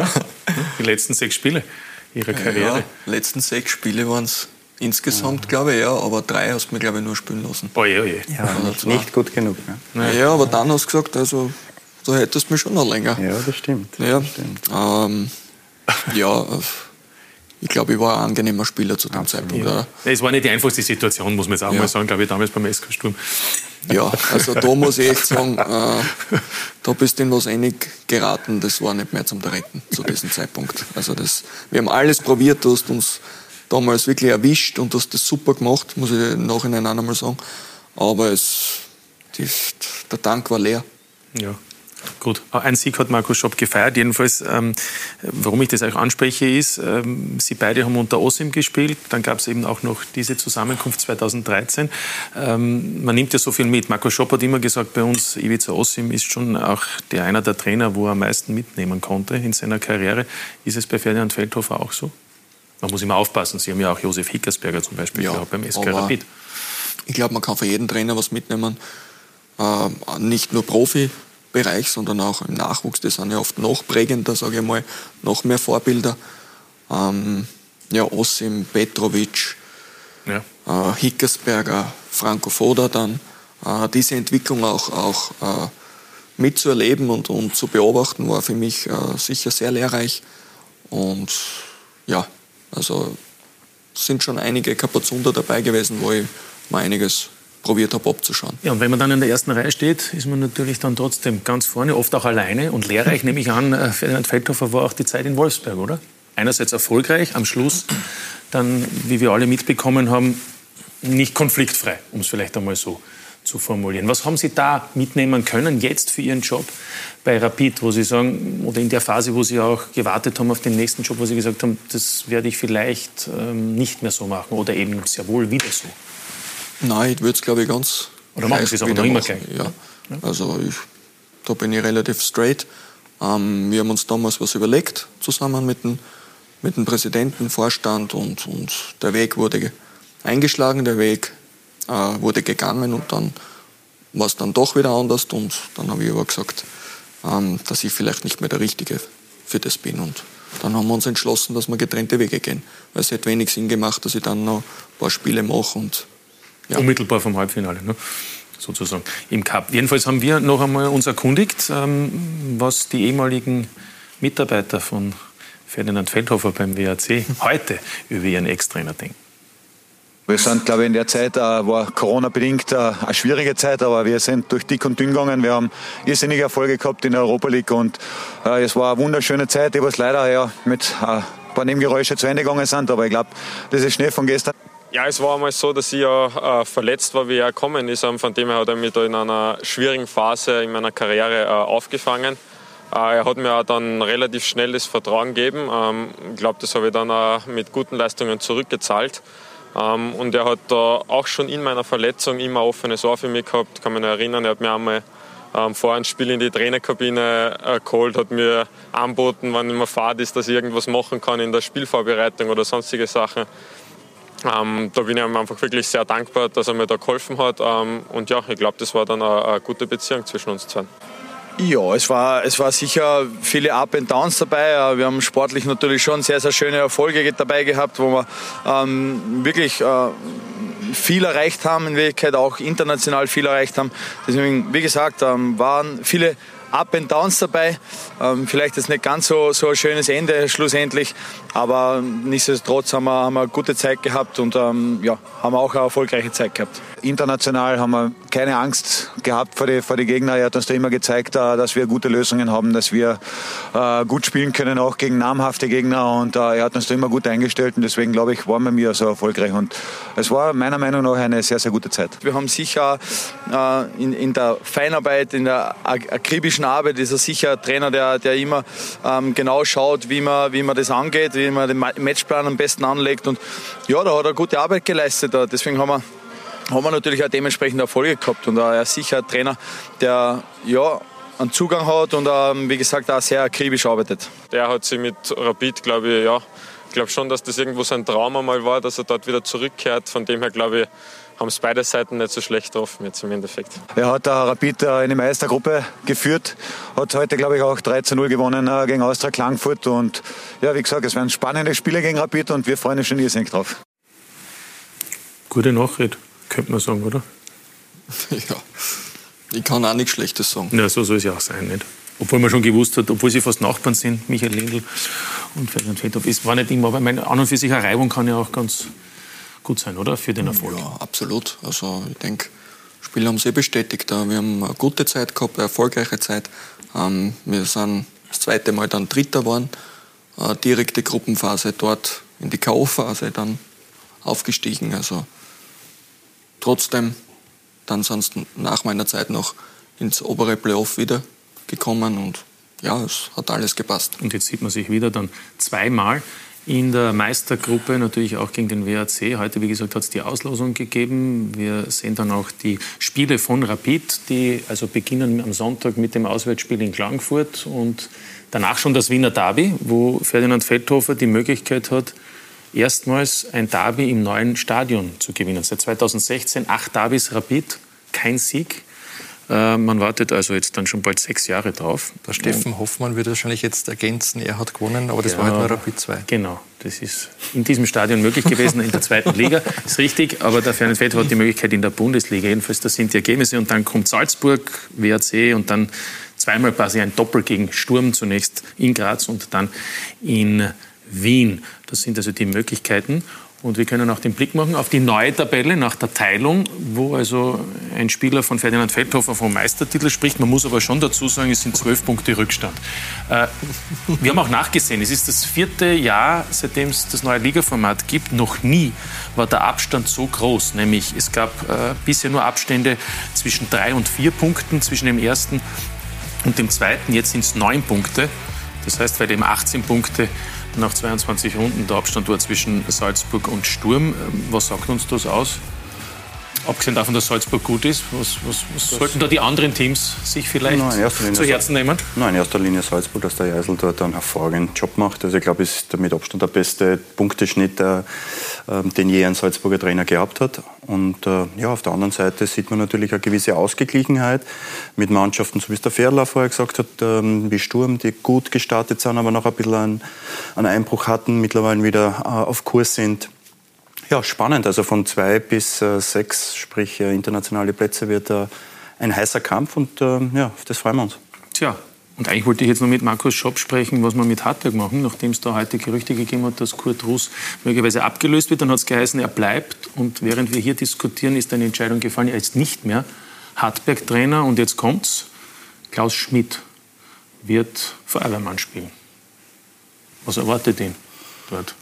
Die letzten sechs Spiele Ihrer Karriere? Ja, die letzten sechs Spiele waren es insgesamt, glaube ich, ja, aber drei hast du mir, glaube ich, nur spielen lassen. Oje, oje. Ja, nicht, nicht gut genug. Ne? Ja, aber dann hast du gesagt, also da hättest du mich schon noch länger. Ja, das stimmt. Ja, das stimmt. Ähm, ja ich glaube, ich war ein angenehmer Spieler zu dem Absolut. Zeitpunkt. Ja. Es war nicht die einfachste Situation, muss man jetzt auch ja. mal sagen, glaube ich, damals beim S K Sturm. Ja, also da muss ich echt sagen, äh, da bist du in was einig geraten, das war nicht mehr zum Retten zu diesem Zeitpunkt. Also das, wir haben alles probiert, du hast uns damals wirklich erwischt und hast das super gemacht, muss ich im Nachhinein auch einmal sagen. Aber es, das, der Tank war leer. Ja. Gut, ein Sieg hat Markus Schopp gefeiert. Jedenfalls, ähm, warum ich das euch anspreche, ist, ähm, Sie beide haben unter Osim gespielt. Dann gab es eben auch noch diese Zusammenkunft zweitausenddreizehn. Ähm, man nimmt ja so viel mit. Markus Schopp hat immer gesagt, bei uns, Ivica Osim ist schon auch der einer der Trainer, wo er am meisten mitnehmen konnte in seiner Karriere. Ist es bei Ferdinand Feldhofer auch so? Man muss immer aufpassen. Sie haben ja auch Josef Hickersberger zum Beispiel, ja, beim S K Rapid. Ich glaube, man kann von jedem Trainer was mitnehmen. Äh, nicht nur Profi. Bereich, sondern auch im Nachwuchs. Die sind ja oft noch prägender, sage ich mal, noch mehr Vorbilder. Ähm, ja, Osim, Petrovic, ja. äh, Hickersberger, Franco Foda dann. Äh, diese Entwicklung auch, auch äh, mitzuerleben und, und zu beobachten, war für mich äh, sicher sehr lehrreich. Und ja, also sind schon einige Kapazunder dabei gewesen, wo ich mal einiges probiert habe abzuschauen. Ja, und wenn man dann in der ersten Reihe steht, ist man natürlich dann trotzdem ganz vorne, oft auch alleine und lehrreich, nehme ich an. Ferdinand Feldhofer war auch die Zeit in Wolfsberg, oder? Einerseits erfolgreich, am Schluss dann, wie wir alle mitbekommen haben, nicht konfliktfrei, um es vielleicht einmal so zu formulieren. Was haben Sie da mitnehmen können jetzt für Ihren Job bei Rapid, wo Sie sagen, oder in der Phase, wo Sie auch gewartet haben auf den nächsten Job, wo Sie gesagt haben, das werde ich vielleicht ähm, nicht mehr so machen oder eben sehr wohl wieder so? Nein, ich würde es, glaube ich, ganz Oder machen Sie es auch noch immer gleich? Ja. Also ich, da bin ich relativ straight. Ähm, wir haben uns damals was überlegt, zusammen mit dem, mit dem Präsidenten, Vorstand, und, und der Weg wurde eingeschlagen, der Weg äh, wurde gegangen, und dann war es dann doch wieder anders, und dann habe ich aber gesagt, ähm, dass ich vielleicht nicht mehr der Richtige für das bin, und dann haben wir uns entschlossen, dass wir getrennte Wege gehen, weil es hätte wenig Sinn gemacht, dass ich dann noch ein paar Spiele mache und ja. Unmittelbar vom Halbfinale, ne? Sozusagen, im Cup. Jedenfalls haben wir noch einmal uns erkundigt, ähm, was die ehemaligen Mitarbeiter von Ferdinand Feldhofer beim W A C heute über ihren Ex-Trainer denken. Wir sind, glaube ich, in der Zeit, äh, war Corona-bedingt äh, eine schwierige Zeit, aber wir sind durch dick und dünn gegangen. Wir haben irrsinnige Erfolge gehabt in der Europa League, und äh, es war eine wunderschöne Zeit, die was leider ja, mit äh, ein paar Nebengeräuschen zu Ende gegangen sind, aber ich glaube, das ist Schnee von gestern. Ja, es war einmal so, dass ich ja äh, verletzt war, wie er gekommen ist. Von dem her hat er mich da in einer schwierigen Phase in meiner Karriere äh, aufgefangen. Er hat mir auch dann relativ schnell das Vertrauen gegeben. Ich glaube, das habe ich dann auch mit guten Leistungen zurückgezahlt. Und er hat da auch schon in meiner Verletzung immer ein offenes Ohr für mich gehabt. Ich kann mich noch erinnern, er hat mir einmal vor einem Spiel in die Trainerkabine geholt, hat mir angeboten, wenn immer Fahrt ist, dass ich irgendwas machen kann in der Spielvorbereitung oder sonstige Sachen. Ähm, da bin ich ihm einfach wirklich sehr dankbar, dass er mir da geholfen hat. Ähm, und ja, ich glaube, das war dann eine, eine gute Beziehung zwischen uns zwei. Ja, es war, es war sicher viele Up and Downs dabei. Wir haben sportlich natürlich schon sehr, sehr schöne Erfolge dabei gehabt, wo wir ähm, wirklich äh, viel erreicht haben, in Wirklichkeit auch international viel erreicht haben. Deswegen, wie gesagt, ähm, waren viele Up and Downs dabei. Ähm, vielleicht ist nicht ganz so, so ein schönes Ende schlussendlich, aber nichtsdestotrotz haben wir, haben wir eine gute Zeit gehabt und ähm, ja, haben auch eine erfolgreiche Zeit gehabt. International haben wir keine Angst gehabt vor die, vor die Gegner. Er hat uns da immer gezeigt, dass wir gute Lösungen haben, dass wir äh, gut spielen können, auch gegen namhafte Gegner. Und äh, er hat uns da immer gut eingestellt. Und deswegen, glaube ich, waren wir mir so erfolgreich. Und es war meiner Meinung nach eine sehr, sehr gute Zeit. Wir haben sicher äh, in, in der Feinarbeit, in der akribischen Arbeit, ist er sicher ein Trainer, der, der immer ähm, genau schaut, wie man, wie man das angeht, wie man den Matchplan am besten anlegt. Und ja, da hat er gute Arbeit geleistet. Deswegen haben wir haben wir natürlich auch dementsprechend Erfolge gehabt. Und er ist sicher ein Trainer, der ja, einen Zugang hat und ähm, wie gesagt auch sehr akribisch arbeitet. Der hat sich mit Rapid, glaube ich, ja, ich glaube schon, dass das irgendwo sein Traum einmal war, dass er dort wieder zurückkehrt. Von dem her, glaube ich, haben es beide Seiten nicht so schlecht getroffen jetzt im Endeffekt. Er hat äh, Rapid äh, in die Meistergruppe geführt, hat heute, glaube ich, auch drei zu null gewonnen äh, gegen Austria Klagenfurt. Und ja, wie gesagt, es werden spannende Spiele gegen Rapid und wir freuen uns schon irrsinnig drauf. Gute Nachricht. Könnte man sagen, oder? Ja, ich kann auch nichts Schlechtes sagen. Ja, so soll es ja auch sein, nicht? Obwohl man schon gewusst hat, obwohl sie fast Nachbarn sind, Michael Lindl und Ferdinand Feldhoff, es war nicht immer, aber meine, an und für sich eine Reibung kann ja auch ganz gut sein, oder? Für den Erfolg. Ja, absolut. Also ich denke, Spieler haben es eh bestätigt. Wir haben eine gute Zeit gehabt, eine erfolgreiche Zeit. Wir sind das zweite Mal dann Dritter geworden, direkte Gruppenphase, dort in die K O-Phase dann aufgestiegen. Also trotzdem, dann sind sie nach meiner Zeit noch ins obere Playoff wieder gekommen und ja, es hat alles gepasst. Und jetzt sieht man sich wieder dann zweimal in der Meistergruppe, natürlich auch gegen den W A C. Heute, wie gesagt, hat es die Auslosung gegeben. Wir sehen dann auch die Spiele von Rapid, die also beginnen am Sonntag mit dem Auswärtsspiel in Klagenfurt und danach schon das Wiener Derby, wo Ferdinand Feldhofer die Möglichkeit hat, erstmals ein Derby im neuen Stadion zu gewinnen. Seit zweitausendsechzehn acht Derbys Rapid, kein Sieg. Äh, man wartet also jetzt dann schon bald sechs Jahre drauf. Der Steffen Hoffmann würde wahrscheinlich jetzt ergänzen, er hat gewonnen, aber das ja, war halt nur Rapid zwei. Genau, das ist in diesem Stadion möglich gewesen, in der zweiten Liga, ist richtig, aber der Ferdinand Feldhofer hat die Möglichkeit in der Bundesliga. Jedenfalls, das sind die Ergebnisse und dann kommt Salzburg, W A C und dann zweimal quasi ein Doppel gegen Sturm, zunächst in Graz und dann in Wien. Das sind also die Möglichkeiten. Und wir können auch den Blick machen auf die neue Tabelle nach der Teilung, wo also ein Spieler von Ferdinand Feldhofer vom Meistertitel spricht. Man muss aber schon dazu sagen, es sind zwölf Punkte Rückstand. Äh, wir haben auch nachgesehen, es ist das vierte Jahr, seitdem es das neue Ligaformat gibt. Noch nie war der Abstand so groß. Nämlich es gab äh, bisher nur Abstände zwischen drei und vier Punkten, zwischen dem ersten und dem zweiten. Jetzt sind es neun Punkte. Das heißt, weil eben achtzehn Punkte nach zweiundzwanzig Runden der Abstand war zwischen Salzburg und Sturm. Was sagt uns das aus? Abgesehen davon, dass Salzburg gut ist, was, was, was sollten da die anderen Teams sich vielleicht Nein, zu Herzen nehmen? Nein, in erster Linie Salzburg, dass der Jeisl dort einen hervorragenden Job macht. Also ich glaube, es ist mit Abstand der beste Punkteschnitt, äh, den je ein Salzburger Trainer gehabt hat. Und äh, ja, auf der anderen Seite sieht man natürlich eine gewisse Ausgeglichenheit mit Mannschaften, so wie es der Ferler vorher gesagt hat, ähm, wie Sturm, die gut gestartet sind, aber noch ein bisschen einen, einen Einbruch hatten, mittlerweile wieder äh, auf Kurs sind. Ja, spannend. Also von zwei bis äh, sechs, sprich äh, internationale Plätze, wird äh, ein heißer Kampf und äh, ja, auf das freuen wir uns. Tja, und eigentlich wollte ich jetzt noch mit Markus Schopp sprechen, was wir mit Hartberg machen, nachdem es da heute Gerüchte gegeben hat, dass Kurt Ruß möglicherweise abgelöst wird. Dann hat es geheißen, er bleibt. Und während wir hier diskutieren, ist eine Entscheidung gefallen, er ist nicht mehr Hartberg-Trainer. Und jetzt kommt's, Klaus Schmidt wird Feuerwehrmann spielen. Was erwartet ihn dort?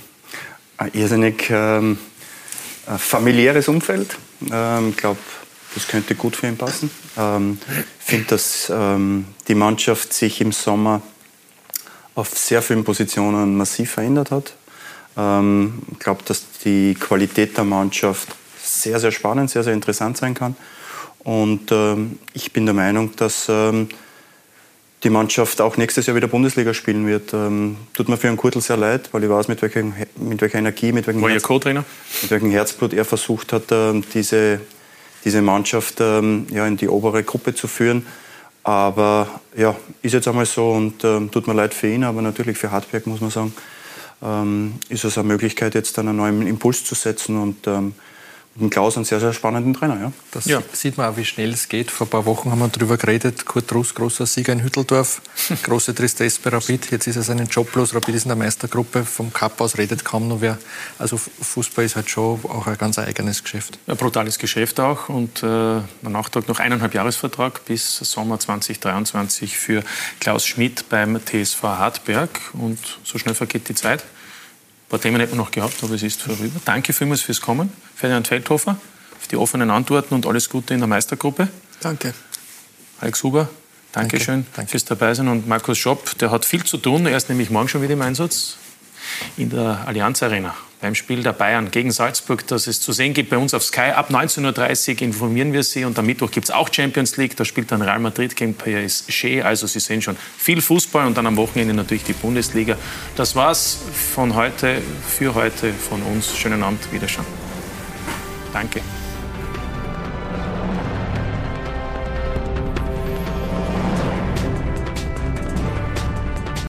Ein irrsinnig ähm, familiäres Umfeld. Ich ähm, glaube, Das könnte gut für ihn passen. Ähm, ich finde, dass ähm, die Mannschaft sich im Sommer auf sehr vielen Positionen massiv verändert hat. Ähm, ich glaube, dass die Qualität der Mannschaft sehr, sehr spannend, sehr, sehr interessant sein kann. Und ähm, ich bin der Meinung, dass ähm, die Mannschaft auch nächstes Jahr wieder Bundesliga spielen wird. Ähm, tut mir für einen Kurtl sehr leid, weil ich weiß, mit welcher, mit welcher Energie, mit welchem, War Herz, Ihr Co-Trainer? mit welchem Herzblut er versucht hat, ähm, diese, diese Mannschaft ähm, ja, in die obere Gruppe zu führen. Aber ja, ist jetzt einmal so und ähm, tut mir leid für ihn, aber natürlich für Hartberg muss man sagen, ähm, ist es eine Möglichkeit, jetzt einen neuen Impuls zu setzen und ähm, mit Klaus einen sehr, sehr spannenden Trainer. Ja. Das ja. sieht man auch, wie schnell es geht. Vor ein paar Wochen haben wir darüber geredet. Kurt Russ, großer Sieger in Hütteldorf, große Tristesse bei Rapid. Jetzt ist er seinen Job los. Rapid ist in der Meistergruppe. Vom Cup aus redet kaum noch wer. Also Fußball ist halt schon auch ein ganz eigenes Geschäft. Ein brutales Geschäft auch. Und äh, der Nachtrag noch eineinhalb Jahresvertrag bis Sommer zwanzig dreiundzwanzig für Klaus Schmidt beim T S V Hartberg. Und so schnell vergeht die Zeit. Ein paar Themen hätten wir noch gehabt, aber es ist vorüber. Danke vielmals fürs Kommen, Ferdinand Feldhofer, für die offenen Antworten und alles Gute in der Meistergruppe. Danke. Alex Huber, Dankeschön Danke. fürs Dabeisein. Und Markus Schopp, der hat viel zu tun. Er ist nämlich morgen schon wieder im Einsatz in der Allianz Arena beim Spiel der Bayern gegen Salzburg, das es zu sehen gibt bei uns auf Sky. Ab neunzehn Uhr dreißig informieren wir Sie und am Mittwoch gibt es auch Champions League. Da spielt dann Real Madrid gegen P S G. Also Sie sehen schon viel Fußball und dann am Wochenende natürlich die Bundesliga. Das war's von heute, für heute von uns. Schönen Abend, Wiederschauen. Danke.